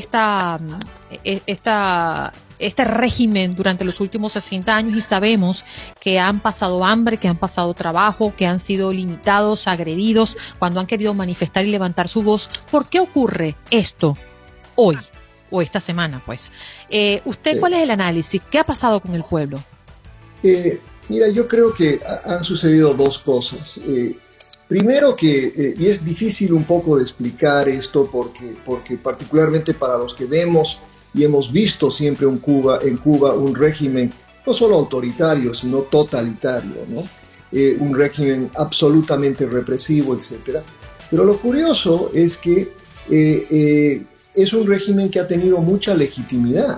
este régimen durante los últimos 60 años y sabemos que han pasado hambre, que han pasado trabajo, que han sido limitados, agredidos cuando han querido manifestar y levantar su voz? ¿Por qué ocurre esto hoy o esta semana, pues? ¿Usted cuál es el análisis? ¿Qué ha pasado con el pueblo? Mira, yo creo que han sucedido dos cosas. Primero que, y es difícil un poco de explicar esto porque particularmente para los que vemos y hemos visto siempre en Cuba un régimen no solo autoritario, sino totalitario, ¿no? Un régimen absolutamente represivo, etcétera. Pero lo curioso es que es un régimen que ha tenido mucha legitimidad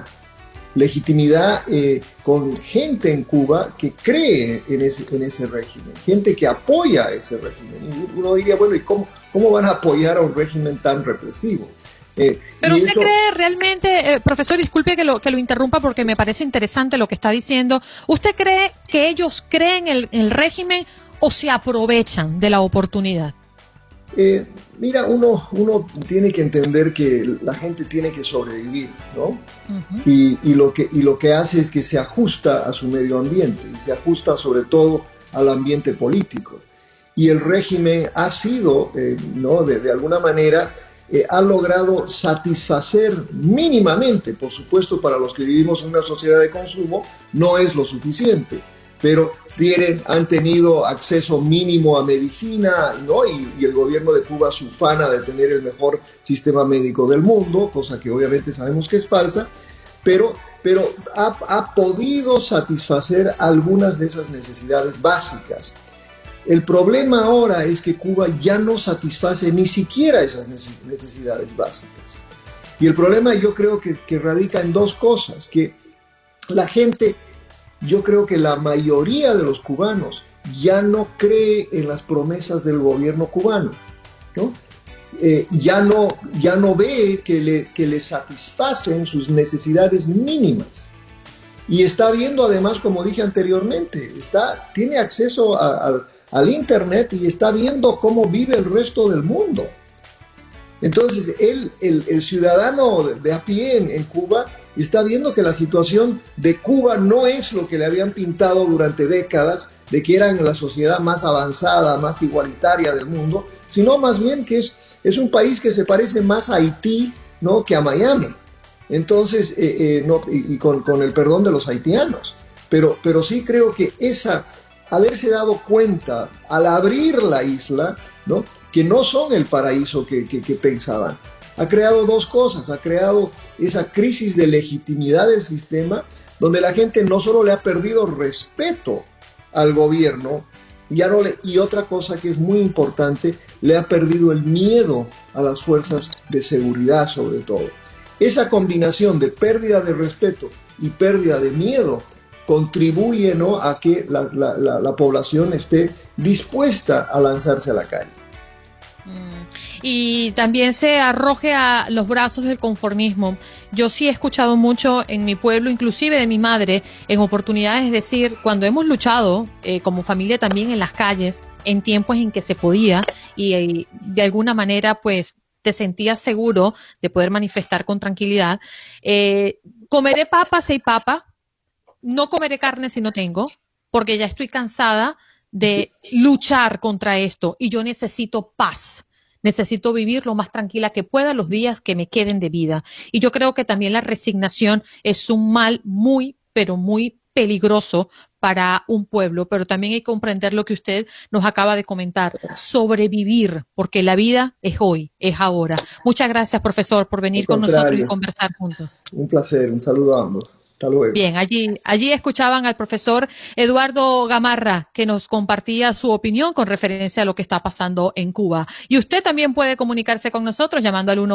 con gente en Cuba que cree en ese régimen, gente que apoya ese régimen. Y uno diría, bueno, ¿y cómo van a apoyar a un régimen tan represivo? Pero usted cree realmente, profesor, disculpe que lo interrumpa porque me parece interesante lo que está diciendo. ¿Usted cree que ellos creen el régimen o se aprovechan de la oportunidad? Mira, uno tiene que entender que la gente tiene que sobrevivir, ¿no? Uh-huh. Y lo que hace es que se ajusta a su medio ambiente y se ajusta sobre todo al ambiente político. Y el régimen ha sido, ¿no? De alguna manera, ha logrado satisfacer mínimamente, por supuesto para los que vivimos en una sociedad de consumo, no es lo suficiente, pero han tenido acceso mínimo a medicina, ¿no? Y el gobierno de Cuba se ufana de tener el mejor sistema médico del mundo, cosa que obviamente sabemos que es falsa, pero ha podido satisfacer algunas de esas necesidades básicas. El problema ahora es que Cuba ya no satisface ni siquiera esas necesidades básicas. Y el problema yo creo que radica en dos cosas, que la gente, yo creo que la mayoría de los cubanos ya no cree en las promesas del gobierno cubano, ¿no? Ya no ve que le satisfacen sus necesidades mínimas. Y está viendo además, como dije anteriormente, tiene acceso al internet y está viendo cómo vive el resto del mundo. Entonces, el ciudadano de a pie en Cuba está viendo que la situación de Cuba no es lo que le habían pintado durante décadas, de que eran la sociedad más avanzada, más igualitaria del mundo, sino más bien que es un país que se parece más a Haití, ¿no?, que a Miami. Entonces, y con el perdón de los haitianos, pero sí creo que haberse dado cuenta al abrir la isla, ¿no?, que no son el paraíso que pensaban, ha creado dos cosas. Ha creado esa crisis de legitimidad del sistema, donde la gente no solo le ha perdido respeto al gobierno, y otra cosa que es muy importante, le ha perdido el miedo a las fuerzas de seguridad sobre todo. Esa combinación de pérdida de respeto y pérdida de miedo contribuye, ¿no?, a que la población esté dispuesta a lanzarse a la calle. Y también se arroje a los brazos del conformismo. Yo sí he escuchado mucho en mi pueblo, inclusive de mi madre, en oportunidades, es decir, cuando hemos luchado como familia también en las calles, en tiempos en que se podía y de alguna manera pues te sentías seguro de poder manifestar con tranquilidad. Comeré papa si hay papa, no comeré carne si no tengo, porque ya estoy cansada de luchar contra esto y yo necesito paz. Necesito vivir lo más tranquila que pueda los días que me queden de vida. Y yo creo que también la resignación es un mal muy, pero muy peligroso para un pueblo. Pero también hay que comprender lo que usted nos acaba de comentar. Sobrevivir, porque la vida es hoy, es ahora. Muchas gracias, profesor, por venir con nosotros y conversar juntos. Un placer, un saludo a ambos. Hasta luego. Bien, allí escuchaban al profesor Eduardo Gamarra, que nos compartía su opinión con referencia a lo que está pasando en Cuba. Y usted también puede comunicarse con nosotros llamando al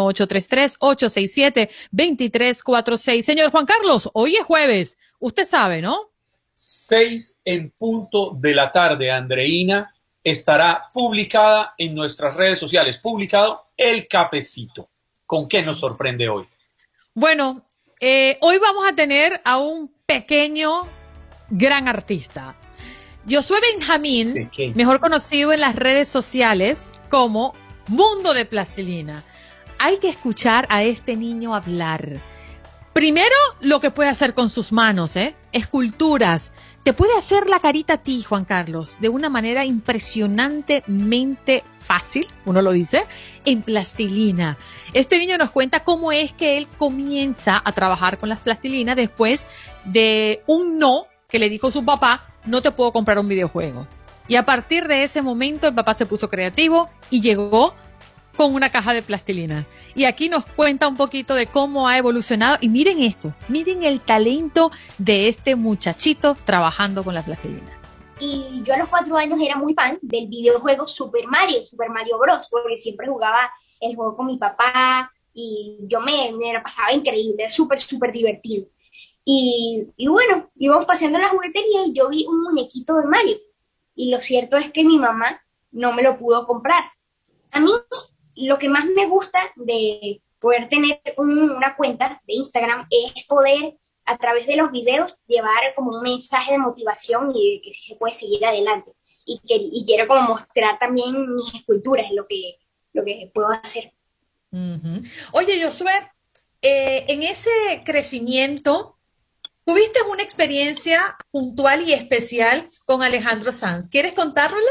1-833-867-2346. Señor Juan Carlos, hoy es jueves, usted sabe, ¿no? 6 en punto de la tarde, Andreina, estará publicada en nuestras redes sociales, publicado el cafecito. ¿Con qué nos sorprende hoy? Bueno, hoy vamos a tener a un pequeño gran artista. Josué Benjamín, mejor conocido en las redes sociales como Mundo de Plastilina. Hay que escuchar a este niño hablar. Primero, lo que puede hacer con sus manos, esculturas. Te puede hacer la carita a ti, Juan Carlos, de una manera impresionantemente fácil, uno lo dice, en plastilina. Este niño nos cuenta cómo es que él comienza a trabajar con las plastilinas después de un no que le dijo su papá: no te puedo comprar un videojuego. Y a partir de ese momento el papá se puso creativo y llegó con una caja de plastilina. Y aquí nos cuenta un poquito de cómo ha evolucionado. Y miren esto, miren el talento de este muchachito trabajando con la plastilina. Y yo a los 4 años era muy fan del videojuego Super Mario Bros, porque siempre jugaba el juego con mi papá y yo me la pasaba increíble, era súper divertido. Y bueno, íbamos paseando en la juguetería y yo vi un muñequito de Mario. Y lo cierto es que mi mamá no me lo pudo comprar. A mí lo que más me gusta de poder tener una cuenta de Instagram es poder, a través de los videos, llevar como un mensaje de motivación y de que sí se puede seguir adelante. Y quiero como mostrar también mis esculturas, lo que puedo hacer. Uh-huh. Oye, Josué, en ese crecimiento, ¿tuviste una experiencia puntual y especial con Alejandro Sanz? ¿Quieres contárnosla?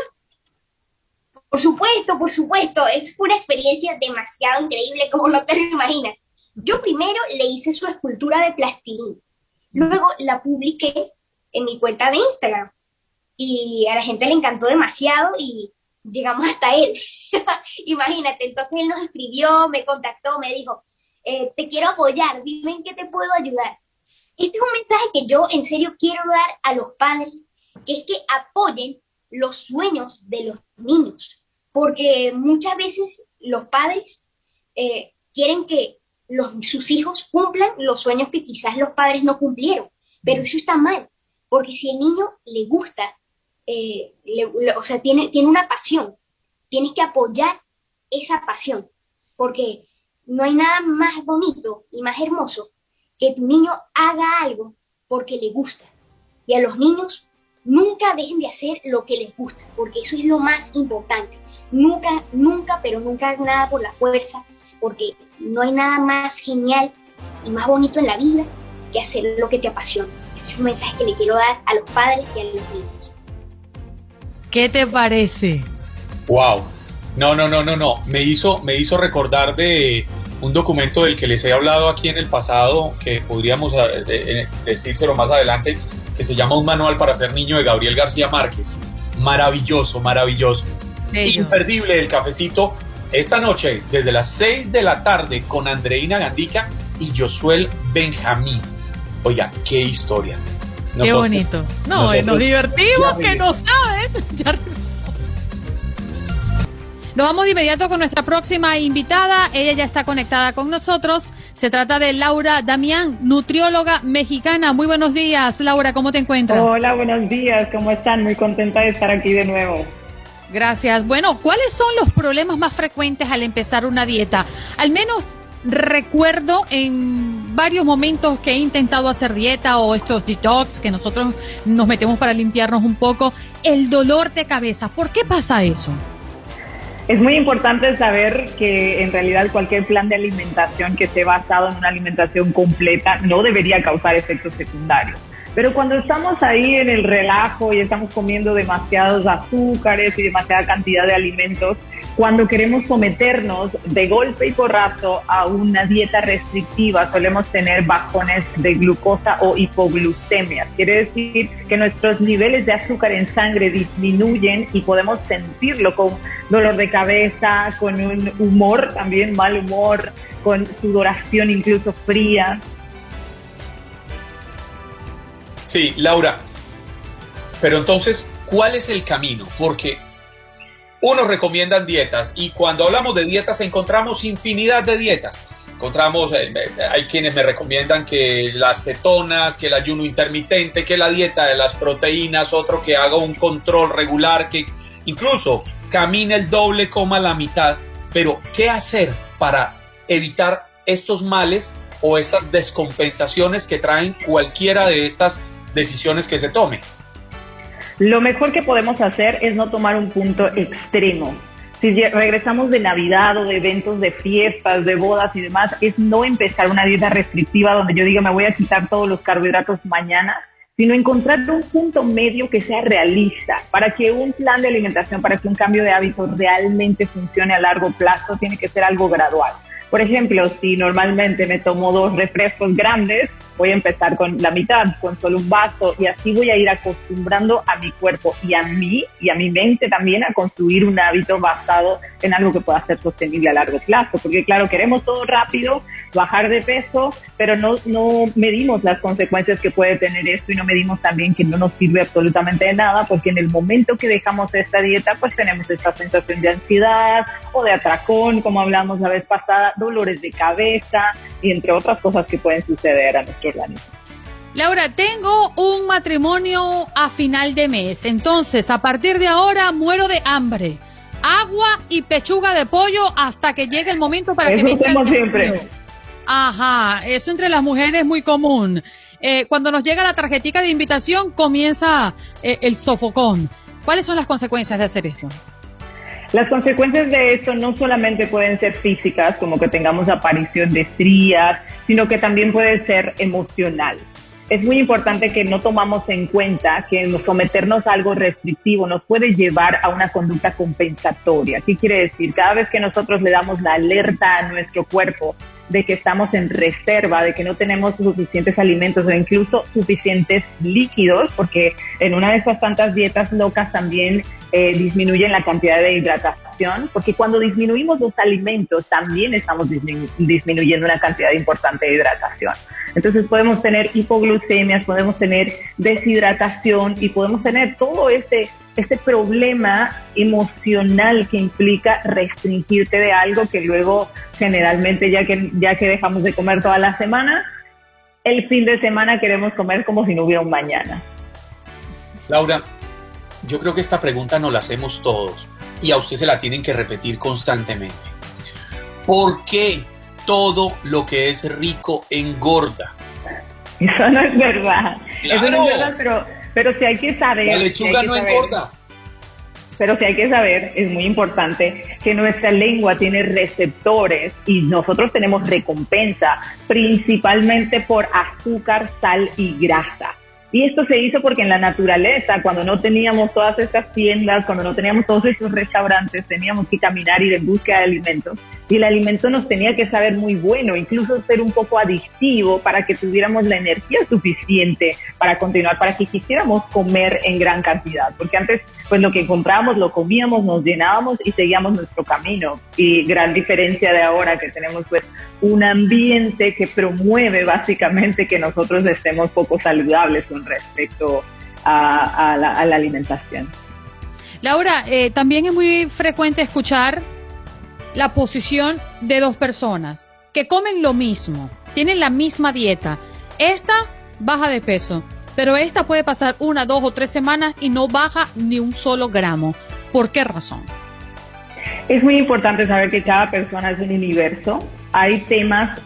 Por supuesto, es una experiencia demasiado increíble, como no te lo imaginas. Yo primero le hice su escultura de plastilina, luego la publiqué en mi cuenta de Instagram y a la gente le encantó demasiado y llegamos hasta él. Imagínate, entonces él nos escribió, me contactó, me dijo, te quiero apoyar, dime en qué te puedo ayudar. Este es un mensaje que yo en serio quiero dar a los padres, que es que apoyen los sueños de los niños. Porque muchas veces los padres quieren que sus hijos cumplan los sueños que quizás los padres no cumplieron, pero eso está mal, porque si el niño le gusta, tiene una pasión, tienes que apoyar esa pasión, porque no hay nada más bonito y más hermoso que tu niño haga algo porque le gusta, y a los niños nunca dejen de hacer lo que les gusta, porque eso es lo más importante. Nunca, pero nunca hagan nada por la fuerza, porque no hay nada más genial y más bonito en la vida que hacer lo que te apasiona. Ese es un mensaje que le quiero dar a los padres y a los niños. ¿Qué te parece? Wow. No. Me hizo recordar de un documento del que les he hablado aquí en el pasado, que podríamos decírselo más adelante, que se llama Un manual para ser niño, de Gabriel García Márquez. Maravilloso. Bello. Imperdible el cafecito esta noche desde las 6 de la tarde con Andreina Gandica y Josué Benjamín. Oiga, qué historia. Qué bonito. Nos divertimos, que no sabes. Nos vamos de inmediato con nuestra próxima invitada. Ella ya está conectada con nosotros. Se trata de Laura Damián, nutrióloga mexicana. Muy buenos días, Laura, ¿cómo te encuentras? Hola, buenos días, ¿cómo están? Muy contenta de estar aquí de nuevo. Gracias. Bueno, ¿cuáles son los problemas más frecuentes al empezar una dieta? Al menos recuerdo en varios momentos que he intentado hacer dieta o estos detox que nosotros nos metemos para limpiarnos un poco, el dolor de cabeza. ¿Por qué pasa eso? Es muy importante saber que en realidad cualquier plan de alimentación que esté basado en una alimentación completa no debería causar efectos secundarios. Pero cuando estamos ahí en el relajo y estamos comiendo demasiados azúcares y demasiada cantidad de alimentos, cuando queremos someternos de golpe y porrazo a una dieta restrictiva, solemos tener bajones de glucosa o hipoglucemia. Quiere decir que nuestros niveles de azúcar en sangre disminuyen y podemos sentirlo con dolor de cabeza, con un humor, también mal humor, con sudoración incluso fría. Sí, Laura, pero entonces, ¿cuál es el camino? Porque unos recomiendan dietas y cuando hablamos de dietas encontramos infinidad de dietas. Hay quienes me recomiendan que las cetonas, que el ayuno intermitente, que la dieta de las proteínas, otro que haga un control regular, que incluso camine el doble, coma la mitad. Pero, ¿qué hacer para evitar estos males o estas descompensaciones que traen cualquiera de estas decisiones que se tome? Lo mejor que podemos hacer es no tomar un punto extremo. Si regresamos de Navidad o de eventos de fiestas, de bodas y demás, es no empezar una dieta restrictiva donde yo diga me voy a quitar todos los carbohidratos mañana, sino encontrar un punto medio que sea realista. Para que un plan de alimentación, para que un cambio de hábitos realmente funcione a largo plazo, tiene que ser algo gradual. Por ejemplo, si normalmente me tomo 2 refrescos grandes, voy a empezar con la mitad, con solo un vaso, y así voy a ir acostumbrando a mi cuerpo y a mí y a mi mente también a construir un hábito basado en algo que pueda ser sostenible a largo plazo. Porque claro, queremos todo rápido, bajar de peso, pero no medimos las consecuencias que puede tener esto y no medimos también que no nos sirve absolutamente de nada, porque en el momento que dejamos esta dieta, pues tenemos esta sensación de ansiedad o de atracón, como hablamos la vez pasada, dolores de cabeza y entre otras cosas que pueden suceder a nuestro organismo. Laura, tengo un matrimonio a final de mes, entonces a partir de ahora muero de hambre. Agua y pechuga de pollo hasta que llegue el momento para que me hacemos siempre. Ajá, eso entre las mujeres es muy común. Cuando nos llega la tarjetica de invitación comienza el sofocón. ¿Cuáles son las consecuencias de hacer esto? Las consecuencias de esto no solamente pueden ser físicas, como que tengamos aparición de estrías, sino que también puede ser emocional. Es muy importante que no tomamos en cuenta que someternos a algo restrictivo nos puede llevar a una conducta compensatoria. ¿Qué quiere decir? Cada vez que nosotros le damos la alerta a nuestro cuerpo de que estamos en reserva, de que no tenemos suficientes alimentos o incluso suficientes líquidos, porque en una de esas tantas dietas locas también disminuyen la cantidad de hidratación, porque cuando disminuimos los alimentos también estamos disminuyendo una cantidad importante de hidratación. Entonces podemos tener hipoglucemias, podemos tener deshidratación y podemos tener todo este problema emocional que implica restringirte de algo que luego generalmente ya que dejamos de comer toda la semana, el fin de semana queremos comer como si no hubiera un mañana. Laura, yo creo que esta pregunta nos la hacemos todos y a usted se la tienen que repetir constantemente. ¿Por qué todo lo que es rico engorda? Eso no es verdad. Claro. Eso no es verdad, pero si hay que saber... La lechuga no engorda. Pero si hay que saber, es muy importante que nuestra lengua tiene receptores y nosotros tenemos recompensa principalmente por azúcar, sal y grasa. Y esto se hizo porque en la naturaleza, cuando no teníamos todas estas tiendas, cuando no teníamos todos estos restaurantes, teníamos que caminar, ir en búsqueda de alimentos. Y el alimento nos tenía que saber muy bueno, incluso ser un poco adictivo para que tuviéramos la energía suficiente para continuar, para que quisiéramos comer en gran cantidad. Porque antes, pues lo que comprábamos, lo comíamos, nos llenábamos y seguíamos nuestro camino. Y gran diferencia de ahora que tenemos pues un ambiente que promueve básicamente que nosotros estemos poco saludables con respecto a la alimentación. Laura, también es muy frecuente escuchar la posición de 2 personas que comen lo mismo, tienen la misma dieta. Esta baja de peso, pero esta puede pasar 1, 2 o 3 semanas y no baja ni un solo gramo. ¿Por qué razón? Es muy importante saber que cada persona es un universo. Hay temas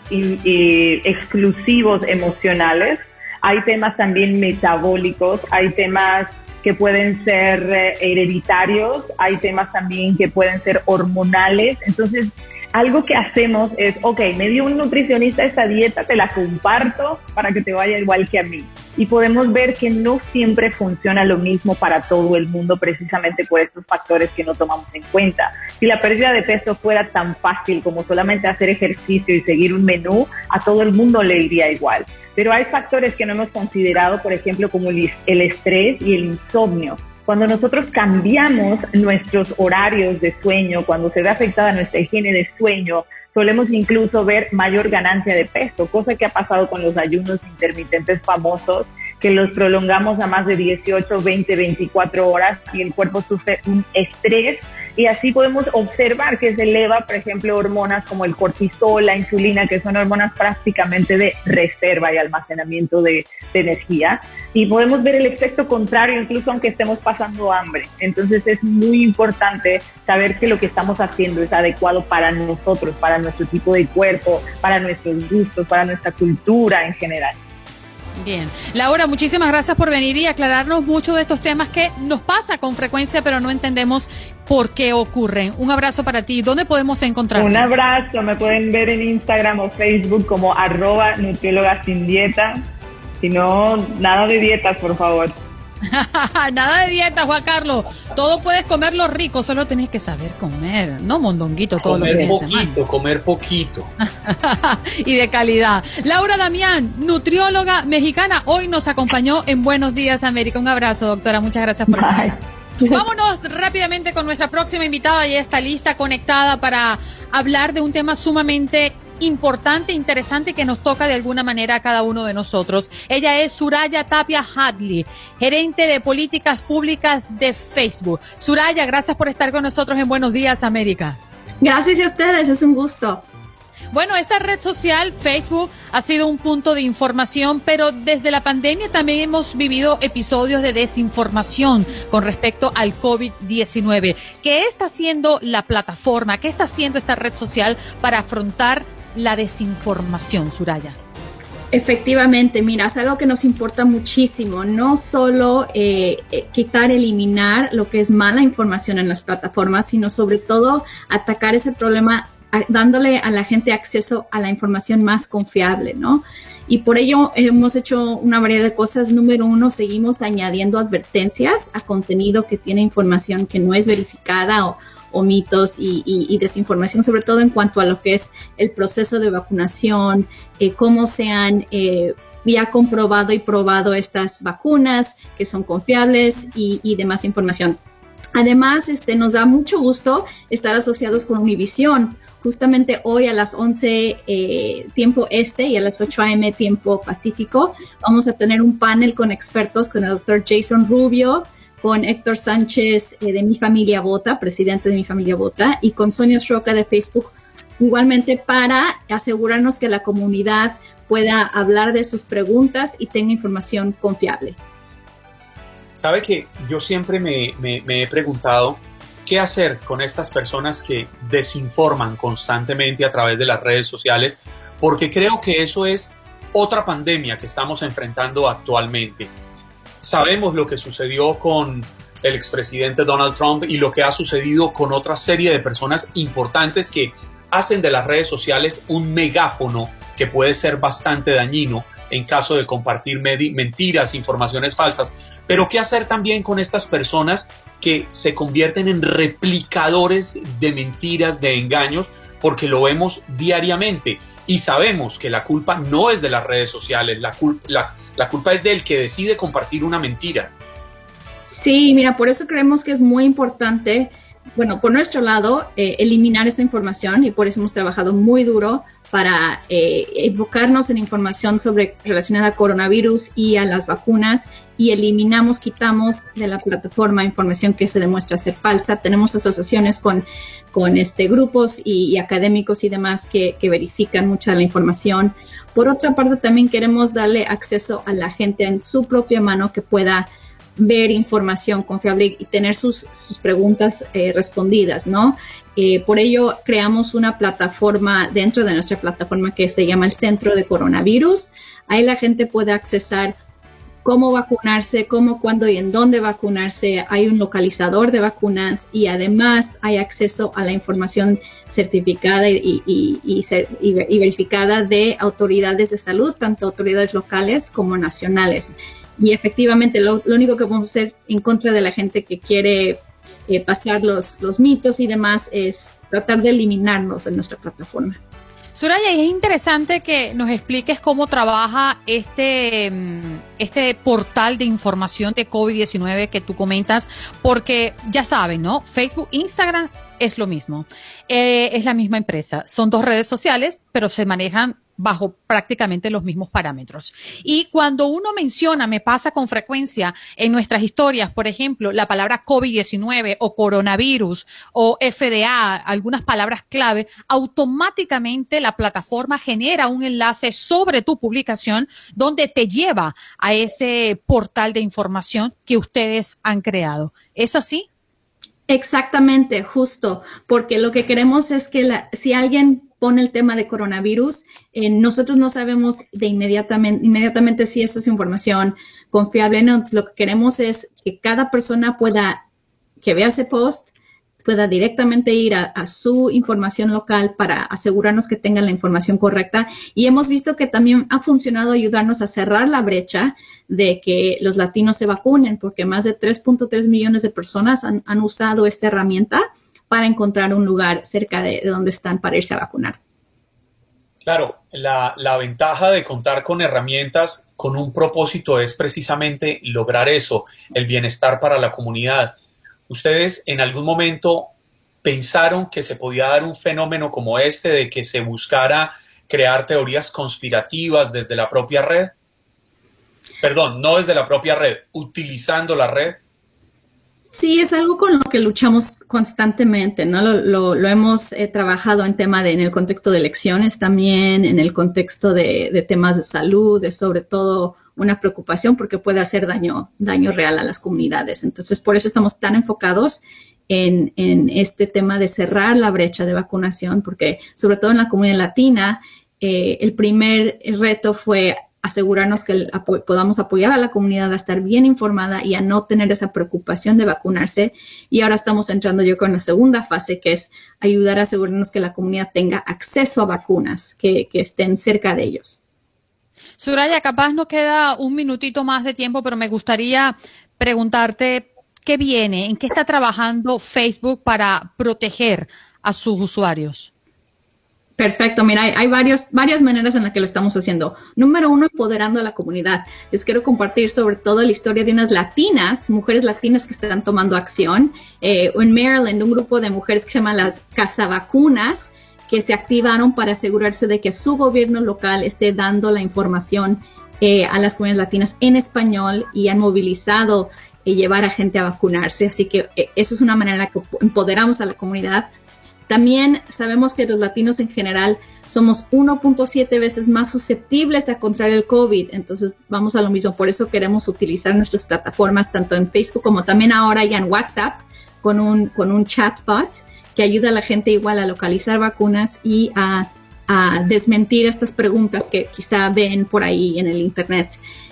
exclusivos emocionales, hay temas también metabólicos, hay temas que pueden ser hereditarios, hay temas también que pueden ser hormonales. Entonces, algo que hacemos es, ok, me dio un nutricionista esta dieta, te la comparto para que te vaya igual que a mí. Y podemos ver que no siempre funciona lo mismo para todo el mundo, precisamente por estos factores que no tomamos en cuenta. Si la pérdida de peso fuera tan fácil como solamente hacer ejercicio y seguir un menú, a todo el mundo le iría igual. Pero hay factores que no hemos considerado, por ejemplo, como el estrés y el insomnio. Cuando nosotros cambiamos nuestros horarios de sueño, cuando se ve afectada nuestra higiene de sueño, solemos incluso ver mayor ganancia de peso, cosa que ha pasado con los ayunos intermitentes famosos, que los prolongamos a más de 18, 20, 24 horas y el cuerpo sufre un estrés. Y así podemos observar que se eleva, por ejemplo, hormonas como el cortisol, la insulina, que son hormonas prácticamente de reserva y almacenamiento de energía. Y podemos ver el efecto contrario, incluso aunque estemos pasando hambre. Entonces es muy importante saber que lo que estamos haciendo es adecuado para nosotros, para nuestro tipo de cuerpo, para nuestros gustos, para nuestra cultura en general. Bien. Laura, muchísimas gracias por venir y aclararnos muchos de estos temas que nos pasa con frecuencia, pero no entendemos por qué ocurren. Un abrazo para ti. ¿Dónde podemos encontrarte? Un abrazo. Me pueden ver en Instagram o Facebook como @nutriólogasindieta. Si no, nada de dietas, por favor. Nada de dieta, Juan Carlos. Todo puedes comerlo rico, solo tienes que saber comer, no mondonguito todo lo que comer poquito. Y de calidad. Laura Damián, nutrióloga mexicana, hoy nos acompañó en Buenos Días América. Un abrazo, doctora. Muchas gracias por venir. Vámonos rápidamente con nuestra próxima invitada. Ya está lista, conectada para hablar de un tema sumamente importante, interesante, que nos toca de alguna manera a cada uno de nosotros. Ella es Suraya Tapia Hadley, gerente de políticas públicas de Facebook. Suraya, gracias por estar con nosotros en Buenos Días América. Gracias a ustedes, es un gusto. Bueno, esta red social, Facebook, ha sido un punto de información, pero desde la pandemia también hemos vivido episodios de desinformación con respecto al COVID-19. ¿Qué está haciendo la plataforma? ¿Qué está haciendo esta red social para afrontar la desinformación, Suraya? Efectivamente, mira, es algo que nos importa muchísimo, no solo eliminar lo que es mala información en las plataformas, sino sobre todo atacar ese problema dándole a la gente acceso a la información más confiable, ¿no? Y por ello hemos hecho una variedad de cosas. Número 1, seguimos añadiendo advertencias a contenido que tiene información que no es verificada o mitos y desinformación, sobre todo en cuanto a lo que es el proceso de vacunación, cómo se han ya comprobado y probado estas vacunas, que son confiables y demás información. Además, nos da mucho gusto estar asociados con Univision. Justamente hoy a las 11 tiempo este y a las 8 a.m. tiempo pacífico vamos a tener un panel con expertos, con el doctor Jason Rubio, con Héctor Sánchez de Mi Familia Vota, presidente de Mi Familia Vota, y con Sonia Shroka de Facebook, igualmente para asegurarnos que la comunidad pueda hablar de sus preguntas y tenga información confiable. Sabe que yo siempre me he preguntado qué hacer con estas personas que desinforman constantemente a través de las redes sociales, porque creo que eso es otra pandemia que estamos enfrentando actualmente. Sabemos lo que sucedió con el expresidente Donald Trump y lo que ha sucedido con otra serie de personas importantes que hacen de las redes sociales un megáfono que puede ser bastante dañino en caso de compartir mentiras, informaciones falsas. Pero ¿qué hacer también con estas personas que se convierten en replicadores de mentiras, de engaños? Porque lo vemos diariamente y sabemos que la culpa no es de las redes sociales, la culpa es del que decide compartir una mentira. Sí, mira, por eso creemos que es muy importante, bueno, por nuestro lado, eliminar esta información, y por eso hemos trabajado muy duro para enfocarnos en información relacionada al coronavirus y a las vacunas, y quitamos de la plataforma información que se demuestra ser falsa. Tenemos asociaciones con grupos y académicos y demás que verifican mucha la información. Por otra parte, también queremos darle acceso a la gente en su propia mano que pueda ver información confiable y tener sus preguntas respondidas, ¿no? Por ello creamos una plataforma dentro de nuestra plataforma que se llama el Centro de Coronavirus. Ahí la gente puede accesar cómo vacunarse, cómo, cuándo y en dónde vacunarse. Hay un localizador de vacunas y además hay acceso a la información certificada y verificada de autoridades de salud, tanto autoridades locales como nacionales. Y efectivamente lo único que podemos hacer en contra de la gente que quiere pasar los mitos y demás es tratar de eliminarlos en nuestra plataforma. Suraya, es interesante que nos expliques cómo trabaja este portal de información de COVID-19 que tú comentas, porque ya saben, ¿no? Facebook, Instagram es lo mismo, es la misma empresa, son dos redes sociales, pero se manejan bajo prácticamente los mismos parámetros. Y cuando uno menciona, me pasa con frecuencia en nuestras historias, por ejemplo, la palabra COVID-19 o coronavirus o FDA, algunas palabras clave, automáticamente la plataforma genera un enlace sobre tu publicación donde te lleva a ese portal de información que ustedes han creado. ¿Es así? Exactamente, justo, porque lo que queremos es que si alguien expone el tema de coronavirus, nosotros no sabemos de inmediatamente si esta es información confiable o no. Entonces, lo que queremos es que cada persona que vea ese post, pueda directamente ir a su información local para asegurarnos que tengan la información correcta. Y hemos visto que también ha funcionado ayudarnos a cerrar la brecha de que los latinos se vacunen, porque más de 3.3 millones de personas han usado esta herramienta para encontrar un lugar cerca de donde están para irse a vacunar. Claro, la ventaja de contar con herramientas con un propósito es precisamente lograr eso, el bienestar para la comunidad. ¿Ustedes en algún momento pensaron que se podía dar un fenómeno como este, de que se buscara crear teorías conspirativas desde la propia red? Perdón, no desde la propia red, utilizando la red. Sí, es algo con lo que luchamos constantemente, ¿no? Lo hemos trabajado en el contexto de elecciones también, en el contexto de temas de salud, de sobre todo una preocupación porque puede hacer daño real a las comunidades. Entonces, por eso estamos tan enfocados en este tema de cerrar la brecha de vacunación, porque sobre todo en la comunidad latina, el primer reto fue asegurarnos que podamos apoyar a la comunidad a estar bien informada y a no tener esa preocupación de vacunarse. Y ahora estamos entrando yo con la segunda fase, que es ayudar a asegurarnos que la comunidad tenga acceso a vacunas que estén cerca de ellos. Soraya, capaz nos queda un minutito más de tiempo, pero me gustaría preguntarte qué viene, en qué está trabajando Facebook para proteger a sus usuarios. Perfecto, mira, hay varias maneras en las que lo estamos haciendo. Número uno, empoderando a la comunidad. Les quiero compartir sobre todo la historia de unas mujeres latinas que están tomando acción. En Maryland, un grupo de mujeres que se llaman las Cazavacunas, que se activaron para asegurarse de que su gobierno local esté dando la información a las comunidades latinas en español, y han movilizado llevar a gente a vacunarse. Así que eso es una manera en la que empoderamos a la comunidad. También sabemos que los latinos en general somos 1.7 veces más susceptibles a contraer el COVID, entonces vamos a lo mismo. Por eso queremos utilizar nuestras plataformas tanto en Facebook como también ahora ya en WhatsApp con un chatbot que ayuda a la gente igual a localizar vacunas y a desmentir estas preguntas que quizá ven por ahí en el internet.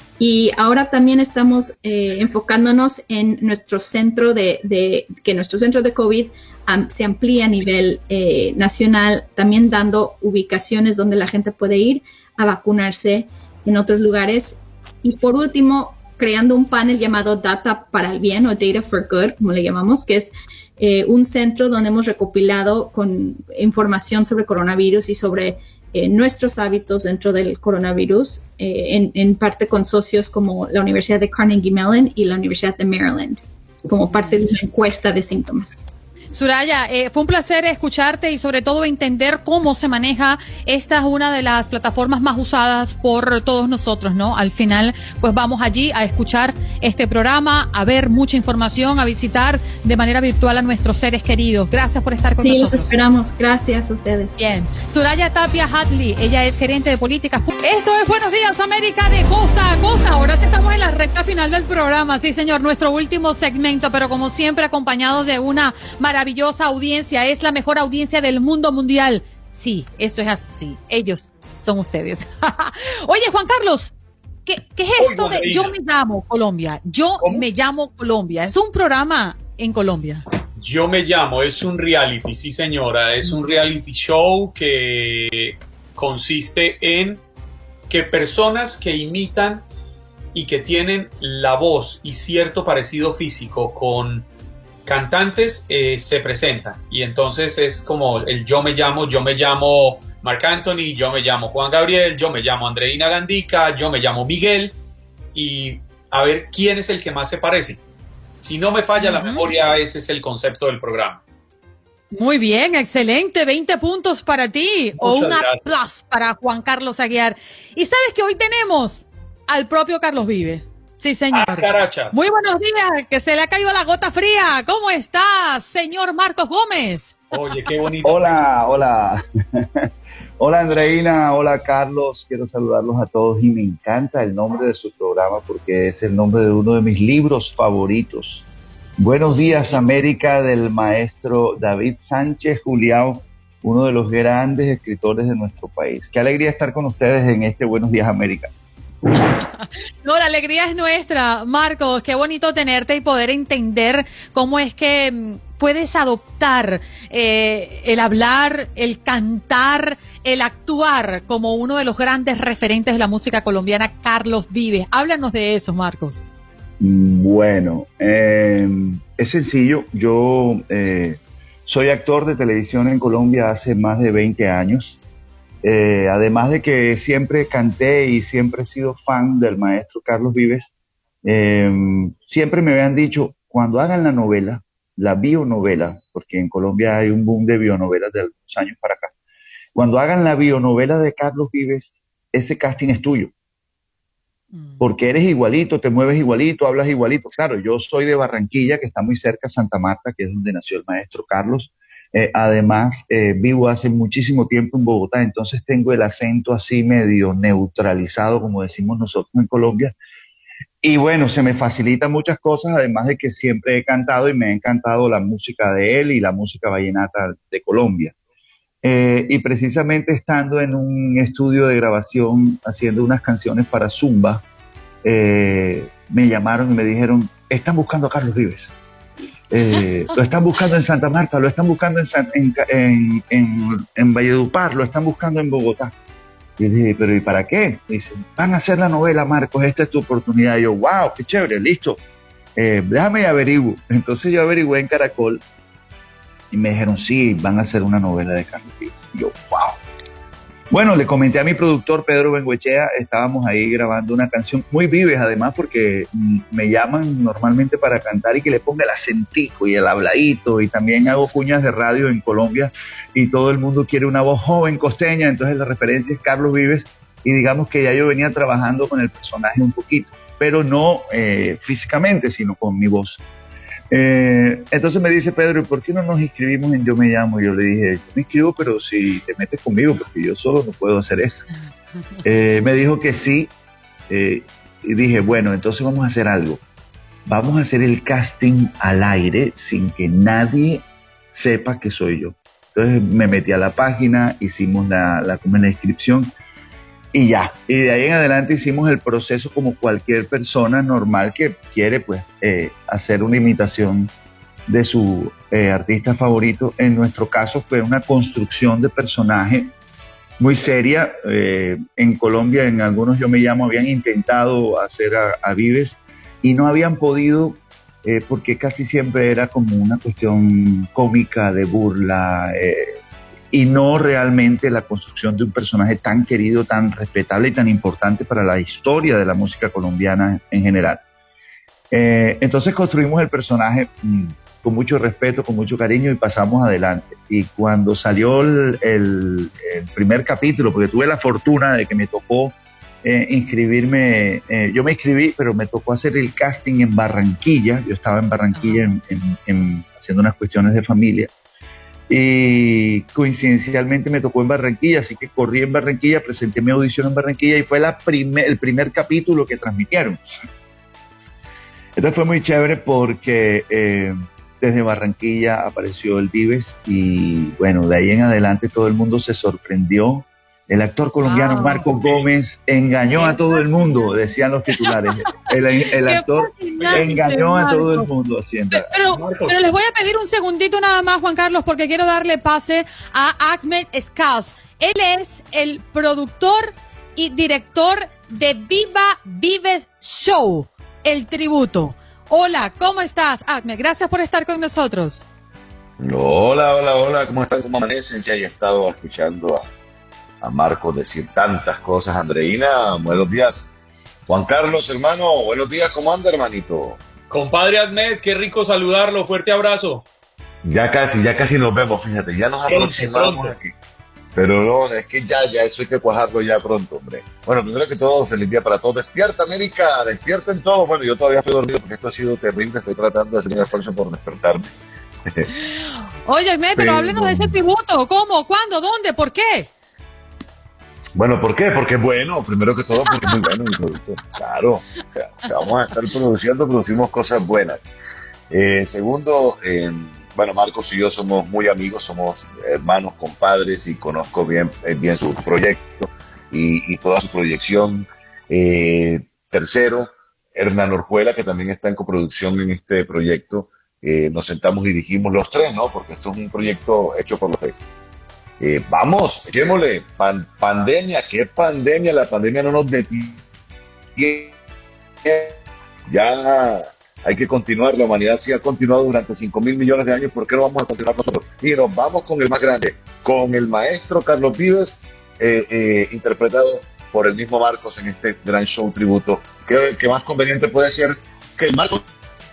Y ahora también estamos enfocándonos en nuestro centro que nuestro centro de COVID se amplía a nivel nacional, también dando ubicaciones donde la gente puede ir a vacunarse en otros lugares. Y por último, creando un panel llamado Data para el Bien, o Data for Good, como le llamamos, que es un centro donde hemos recopilado con información sobre coronavirus y sobre nuestros hábitos dentro del coronavirus, en parte con socios como la Universidad de Carnegie Mellon y la Universidad de Maryland, como parte de una encuesta de síntomas. Soraya, fue un placer escucharte y sobre todo entender cómo se maneja. Esta es una de las plataformas más usadas por todos nosotros, ¿no? Al final, pues vamos allí a escuchar este programa, a ver mucha información, a visitar de manera virtual a nuestros seres queridos. Gracias por estar con nosotros. Sí, los esperamos. Gracias a ustedes. Bien. Soraya Tapia Hatley, ella es gerente de políticas. Esto es Buenos Días América de costa a costa. Ahora estamos en la recta final del programa. Sí, señor, nuestro último segmento, pero como siempre acompañados de una maravillosa audiencia. Es la mejor audiencia del mundo mundial. Sí, eso es así. Ellos son ustedes. Oye, Juan Carlos, ¿qué es esto de Yo Me Llamo Colombia? Me Llamo Colombia. ¿Es un programa en Colombia? Yo Me Llamo, es un reality, sí señora. Es un reality show que consiste en que personas que imitan y que tienen la voz y cierto parecido físico con cantantes se presentan, y entonces es como el yo me llamo Marc Anthony, yo me llamo Juan Gabriel, yo me llamo Andreina Gandica, yo me llamo Miguel, y a ver quién es el que más se parece. Si no me falla la memoria, ese es el concepto del programa. Muy bien, excelente, 20 puntos para ti. O un aplauso para Juan Carlos Aguiar. Y sabes que hoy tenemos al propio Carlos Vive. Sí, señor. Muy buenos días, que se le ha caído la gota fría. ¿Cómo está, señor Marcos Gómez? Oye, qué bonito. Hola. Hola, Andreina. Hola, Carlos. Quiero saludarlos a todos y me encanta el nombre de su programa porque es el nombre de uno de mis libros favoritos. Buenos días, América, del maestro David Sánchez Julião. uno de los grandes escritores de nuestro país. Qué alegría estar con ustedes en este Buenos Días América. No, la alegría es nuestra, Marcos. Qué bonito tenerte y poder entender cómo es que puedes adoptar el hablar, el cantar, el actuar como uno de los grandes referentes de la música colombiana, Carlos Vives. Háblanos de eso, Marcos. Bueno, es sencillo. Yo soy actor de televisión en Colombia hace más de 20 años. Además de que siempre canté y siempre he sido fan del maestro Carlos Vives, siempre me habían dicho, cuando hagan la novela, la bionovela, porque en Colombia hay un boom de bionovelas de algunos años para acá, cuando hagan la bionovela de Carlos Vives, ese casting es tuyo. Porque eres igualito, te mueves igualito, hablas igualito. Claro, yo soy de Barranquilla, que está muy cerca de Santa Marta, que es donde nació el maestro Carlos. Además, vivo hace muchísimo tiempo en Bogotá, entonces tengo el acento así medio neutralizado, como decimos nosotros en Colombia. Y bueno, se me facilitan muchas cosas, además de que siempre he cantado y me ha encantado la música de él y la música vallenata de Colombia. Y precisamente estando en un estudio de grabación haciendo unas canciones para Zumba, me llamaron y me dijeron, están buscando a Carlos Vives. Lo están buscando en Santa Marta, lo están buscando en Valledupar, lo están buscando en Bogotá. Y dije, ¿pero y para qué? Y dice, van a hacer la novela, Marcos, esta es tu oportunidad. Y yo, wow, qué chévere, listo. Déjame y averiguo. Entonces yo averigué en Caracol y me dijeron, sí, van a hacer una novela de Carlos Vives. Y yo, wow. Bueno, le comenté a mi productor Pedro Bengoechea, estábamos ahí grabando una canción muy Vives, además, porque me llaman normalmente para cantar y que le ponga el acentico y el habladito, y también hago cuñas de radio en Colombia y todo el mundo quiere una voz joven costeña, entonces la referencia es Carlos Vives, y digamos que ya yo venía trabajando con el personaje un poquito, pero no físicamente, sino con mi voz. Entonces me dice Pedro, ¿y por qué no nos inscribimos en Yo Me Llamo? Y yo le dije, yo me inscribo, pero si te metes conmigo, porque yo solo no puedo hacer esto. Me dijo que sí, y dije, bueno, entonces vamos a hacer algo. Vamos a hacer el casting al aire sin que nadie sepa que soy yo. Entonces me metí a la página, hicimos la inscripción, y ya, y de ahí en adelante hicimos el proceso como cualquier persona normal que quiere pues hacer una imitación de su artista favorito. En nuestro caso fue una construcción de personaje muy seria. En Colombia, en algunos Yo Me Llamo, habían intentado hacer a Vives y no habían podido porque casi siempre era como una cuestión cómica, de burla, y no realmente la construcción de un personaje tan querido, tan respetable y tan importante para la historia de la música colombiana en general. Entonces construimos el personaje con mucho respeto, con mucho cariño, y pasamos adelante. Y cuando salió el primer capítulo, porque tuve la fortuna de que me tocó inscribirme, yo me inscribí, pero me tocó hacer el casting en Barranquilla. Yo estaba en Barranquilla haciendo unas cuestiones de familia. Y coincidencialmente me tocó en Barranquilla, así que corrí en Barranquilla, presenté mi audición en Barranquilla y fue el primer capítulo que transmitieron. Entonces fue muy chévere porque desde Barranquilla apareció el Vives y bueno, de ahí en adelante todo el mundo se sorprendió. El actor colombiano Marcos Gómez engañó a todo el mundo, decían los titulares. El actor engañó a todo el mundo haciendo. Pero les voy a pedir un segundito nada más, Juan Carlos, porque quiero darle pase a Ahmed Escaz. Él es el productor y director de Viva Vives Show, el tributo. Hola, ¿cómo estás, Ahmed? Gracias por estar con nosotros. Hola, ¿cómo están? ¿Cómo amanecen? Ya he estado escuchando a Marcos decir tantas cosas. Andreina, buenos días. Juan Carlos, hermano, buenos días, ¿cómo anda, hermanito? Compadre Ahmed, qué rico saludarlo, fuerte abrazo. Ya casi nos vemos, fíjate, ya nos aproximamos aquí. Pero no, es que ya eso hay que cuajarlo ya pronto, hombre. Bueno, primero que todo, feliz día para todos. Despierta, América, despierten todos. Bueno, yo todavía estoy dormido porque esto ha sido terrible, estoy tratando de hacer un esfuerzo por despertarme. Oye, Ahmed, pero háblenos de ese tributo, ¿cómo, cuándo, dónde, por qué? Bueno, ¿por qué? Porque es bueno, primero que todo porque es muy bueno mi producto. Claro, o sea, vamos a estar producimos cosas buenas. Segundo, bueno, Marcos y yo somos muy amigos, somos hermanos, compadres, y conozco bien su proyecto y toda su proyección. Tercero, Hernán Orjuela, que también está en coproducción en este proyecto. Nos sentamos y dijimos los tres, ¿no? Porque esto es un proyecto hecho por los tres. Vamos, echémosle. Pandemia, ¿qué pandemia? La pandemia no nos detiene. Ya hay que continuar. La humanidad sí ha continuado durante 5.000 millones de años. ¿Por qué no vamos a continuar nosotros? Y nos vamos con el más grande, con el maestro Carlos Vives, interpretado por el mismo Marcos en este gran show tributo. ¿Qué más conveniente puede ser que el Marcos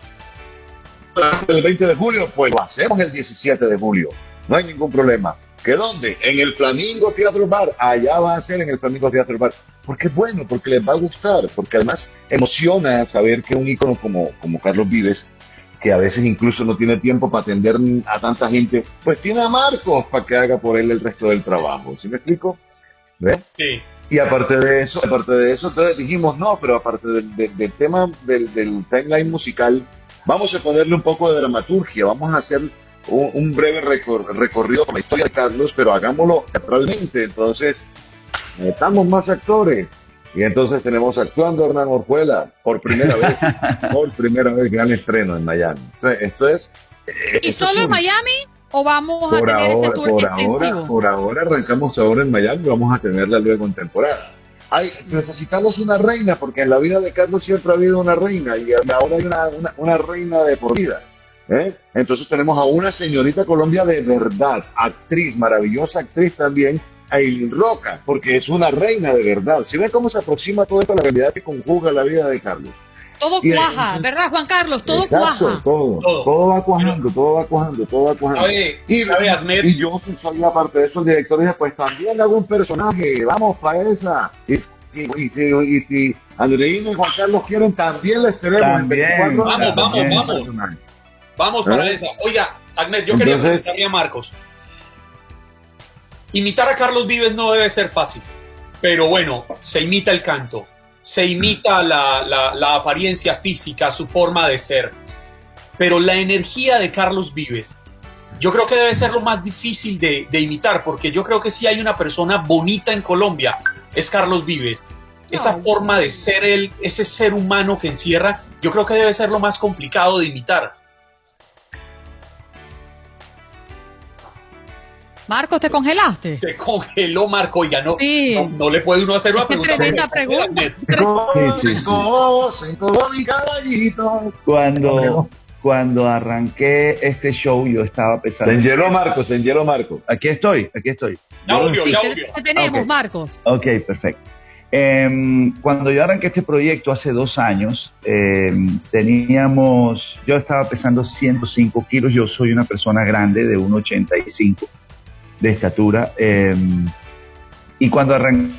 el 20 de julio? Pues lo hacemos el 17 de julio. No hay ningún problema. ¿Qué dónde? En el Flamingo Theatre Bar. Allá va a ser en el Flamingo Theatre Bar. Porque es bueno, porque les va a gustar, porque además emociona saber que un ícono como Carlos Vives, que a veces incluso no tiene tiempo para atender a tanta gente, pues tiene a Marcos para que haga por él el resto del trabajo. ¿Sí me explico? ¿Ves? Sí. Y aparte de eso, entonces dijimos, no, pero aparte del tema del timeline musical, vamos a ponerle un poco de dramaturgia, vamos a hacer un breve recorrido por la historia de Carlos, pero hagámoslo teatralmente. Entonces, metamos más actores. Y entonces tenemos actuando a Hernán Orjuela por primera vez, gran estreno en Miami. Entonces, esto es... ¿Y solo en Miami o vamos a tener ese tour extensivo? Por ahora arrancamos ahora en Miami, vamos a tenerla luego en temporada. Necesitamos una reina, porque en la vida de Carlos siempre ha habido una reina, y ahora hay una reina de por vida. Entonces tenemos a una señorita Colombia de verdad, actriz, maravillosa actriz también, Aileen Roca, porque es una reina de verdad. ¿Sí ven cómo se aproxima todo esto a la realidad que conjuga la vida de Carlos? Todo cuaja, ¿verdad, Juan Carlos? Todo cuaja. Todo va cuajando. Y yo, que soy aparte de eso el director, dije, pues también hago un personaje, vamos para esa. Y si Andreina y Juan Carlos quieren, también les tenemos. Vamos para esa. Oiga, Ahmed, yo quería preguntarle a Marcos. Imitar a Carlos Vives no debe ser fácil, pero bueno, se imita el canto, se imita la apariencia física, su forma de ser, pero la energía de Carlos Vives, yo creo que debe ser lo más difícil de imitar, porque yo creo que si hay una persona bonita en Colombia, es Carlos Vives. Esa forma de ser él, ese ser humano que encierra, yo creo que debe ser lo más complicado de imitar. Marcos, ¿te congelaste? Se congeló, Marco, ya no le puede uno hacer una pregunta. Tremenda pregunta. Mi caballito. Cuando arranqué este show, yo estaba pensando... Se enhieló Marco. Aquí estoy. Ya volvió. ¿Qué tenemos, Marcos? Ok, perfecto. Cuando yo arranqué este proyecto hace 2 años, yo estaba pesando 105 kilos, yo soy una persona grande de 1,85 de estatura, y cuando arranqué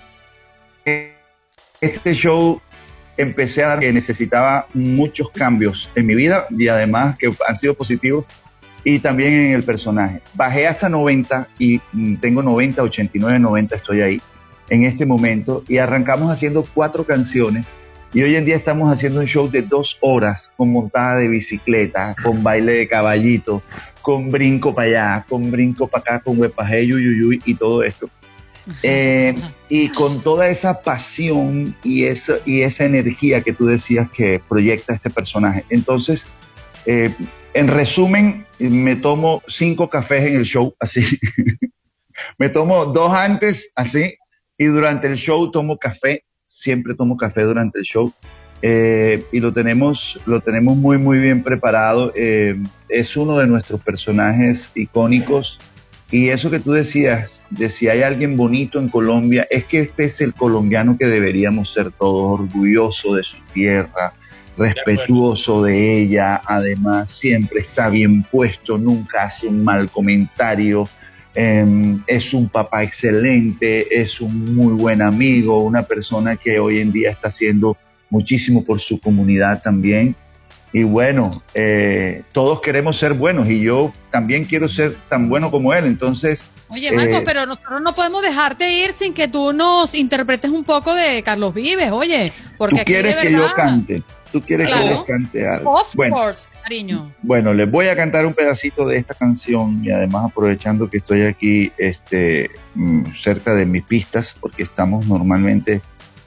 este show empecé a dar que necesitaba muchos cambios en mi vida, y además que han sido positivos, y también en el personaje. Bajé hasta 90 y tengo 90, 89, 90, estoy ahí en este momento, y arrancamos haciendo 4 canciones, y hoy en día estamos haciendo un show de 2 horas con montada de bicicleta, con baile de caballito, con brinco para allá, con brinco para acá, con huepaje, yuyuyuy y todo esto. Y con toda esa pasión y esa energía que tú decías que proyecta este personaje. Entonces, en resumen, me tomo 5 cafés en el show, así. Me tomo 2 antes, así, y durante el show tomo café. Siempre tomo café durante el show, y lo tenemos muy, muy bien preparado. Es uno de nuestros personajes icónicos, y eso que tú decías, de si hay alguien bonito en Colombia, es que este es el colombiano que deberíamos ser todos, orgulloso de su tierra, respetuoso de ella, además siempre está bien puesto, nunca hace un mal comentario. Es un papá excelente, es un muy buen amigo, una persona que hoy en día está haciendo muchísimo por su comunidad también. Y bueno, todos queremos ser buenos, y yo también quiero ser tan bueno como él. Entonces, oye, Marcos, pero nosotros no podemos dejarte ir sin que tú nos interpretes un poco de Carlos Vives, oye, porque ¿tú quieres que yo cante? ¿Tú quieres que les cante algo? Of course, cariño. Bueno, les voy a cantar un pedacito de esta canción y además aprovechando que estoy aquí cerca de mis pistas, porque estamos normalmente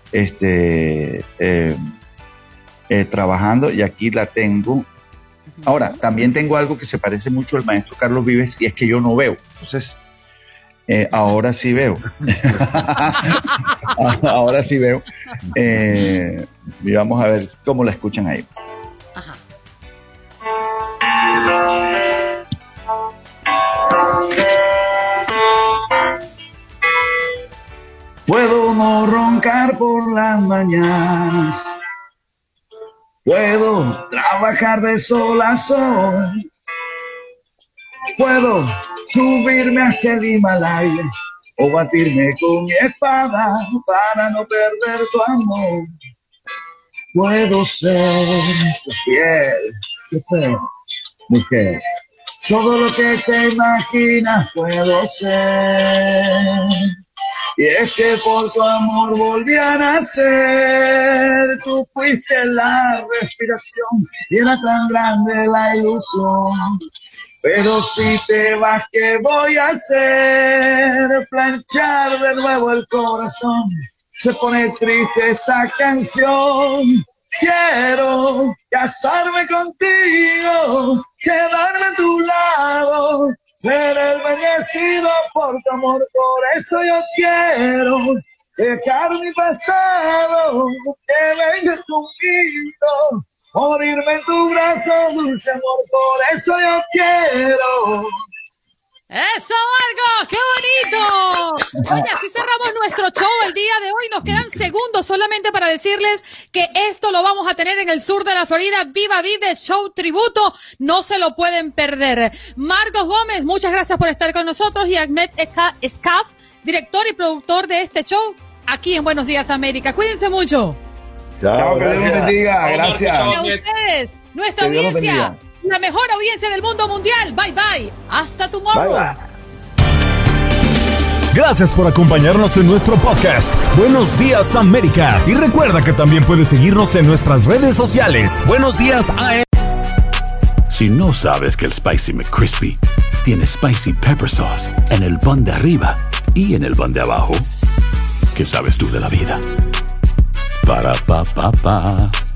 trabajando y aquí la tengo. Ahora, también tengo algo que se parece mucho al maestro Carlos Vives y es que yo no veo. Entonces, ahora sí veo. Ahora sí veo. Y vamos a ver cómo la escuchan ahí. Ajá. Puedo no roncar por las mañanas, puedo trabajar de sol a sol, puedo subirme hasta el Himalaya o batirme con mi espada para no perder tu amor. Puedo ser tu fiel mujer, todo lo que te imaginas puedo ser. Y es que por tu amor volví a nacer, tú fuiste la respiración y era tan grande la ilusión. Pero si te vas, ¿qué voy a hacer? Planchar de nuevo el corazón, se pone triste esta canción. Quiero casarme contigo, quedarme a tu lado, ser envejecido por tu amor, por eso yo quiero dejar mi pasado, que vengas conmigo, morirme en tu brazo, dulce amor, por eso yo quiero. ¡Eso, Marcos! ¡Qué bonito! Oye, así cerramos nuestro show el día de hoy. Nos quedan segundos solamente para decirles que esto lo vamos a tener en el sur de la Florida. Viva Vive Show Tributo. No se lo pueden perder. Marcos Gómez, muchas gracias por estar con nosotros. Y Ahmed Escaf, director y productor de este show, aquí en Buenos Días América. Cuídense mucho. Chao, que Dios los bendiga. Gracias. A ustedes, nuestra audiencia. La mejor audiencia del mundo mundial. Bye, bye. Hasta tomorrow. Bye, bye. Gracias por acompañarnos en nuestro podcast. Buenos Días, América. Y recuerda que también puedes seguirnos en nuestras redes sociales. Buenos Días, AM. Si no sabes que el Spicy McCrispy tiene Spicy Pepper Sauce en el pan de arriba y en el pan de abajo, ¿qué sabes tú de la vida? Para, pa, pa, pa.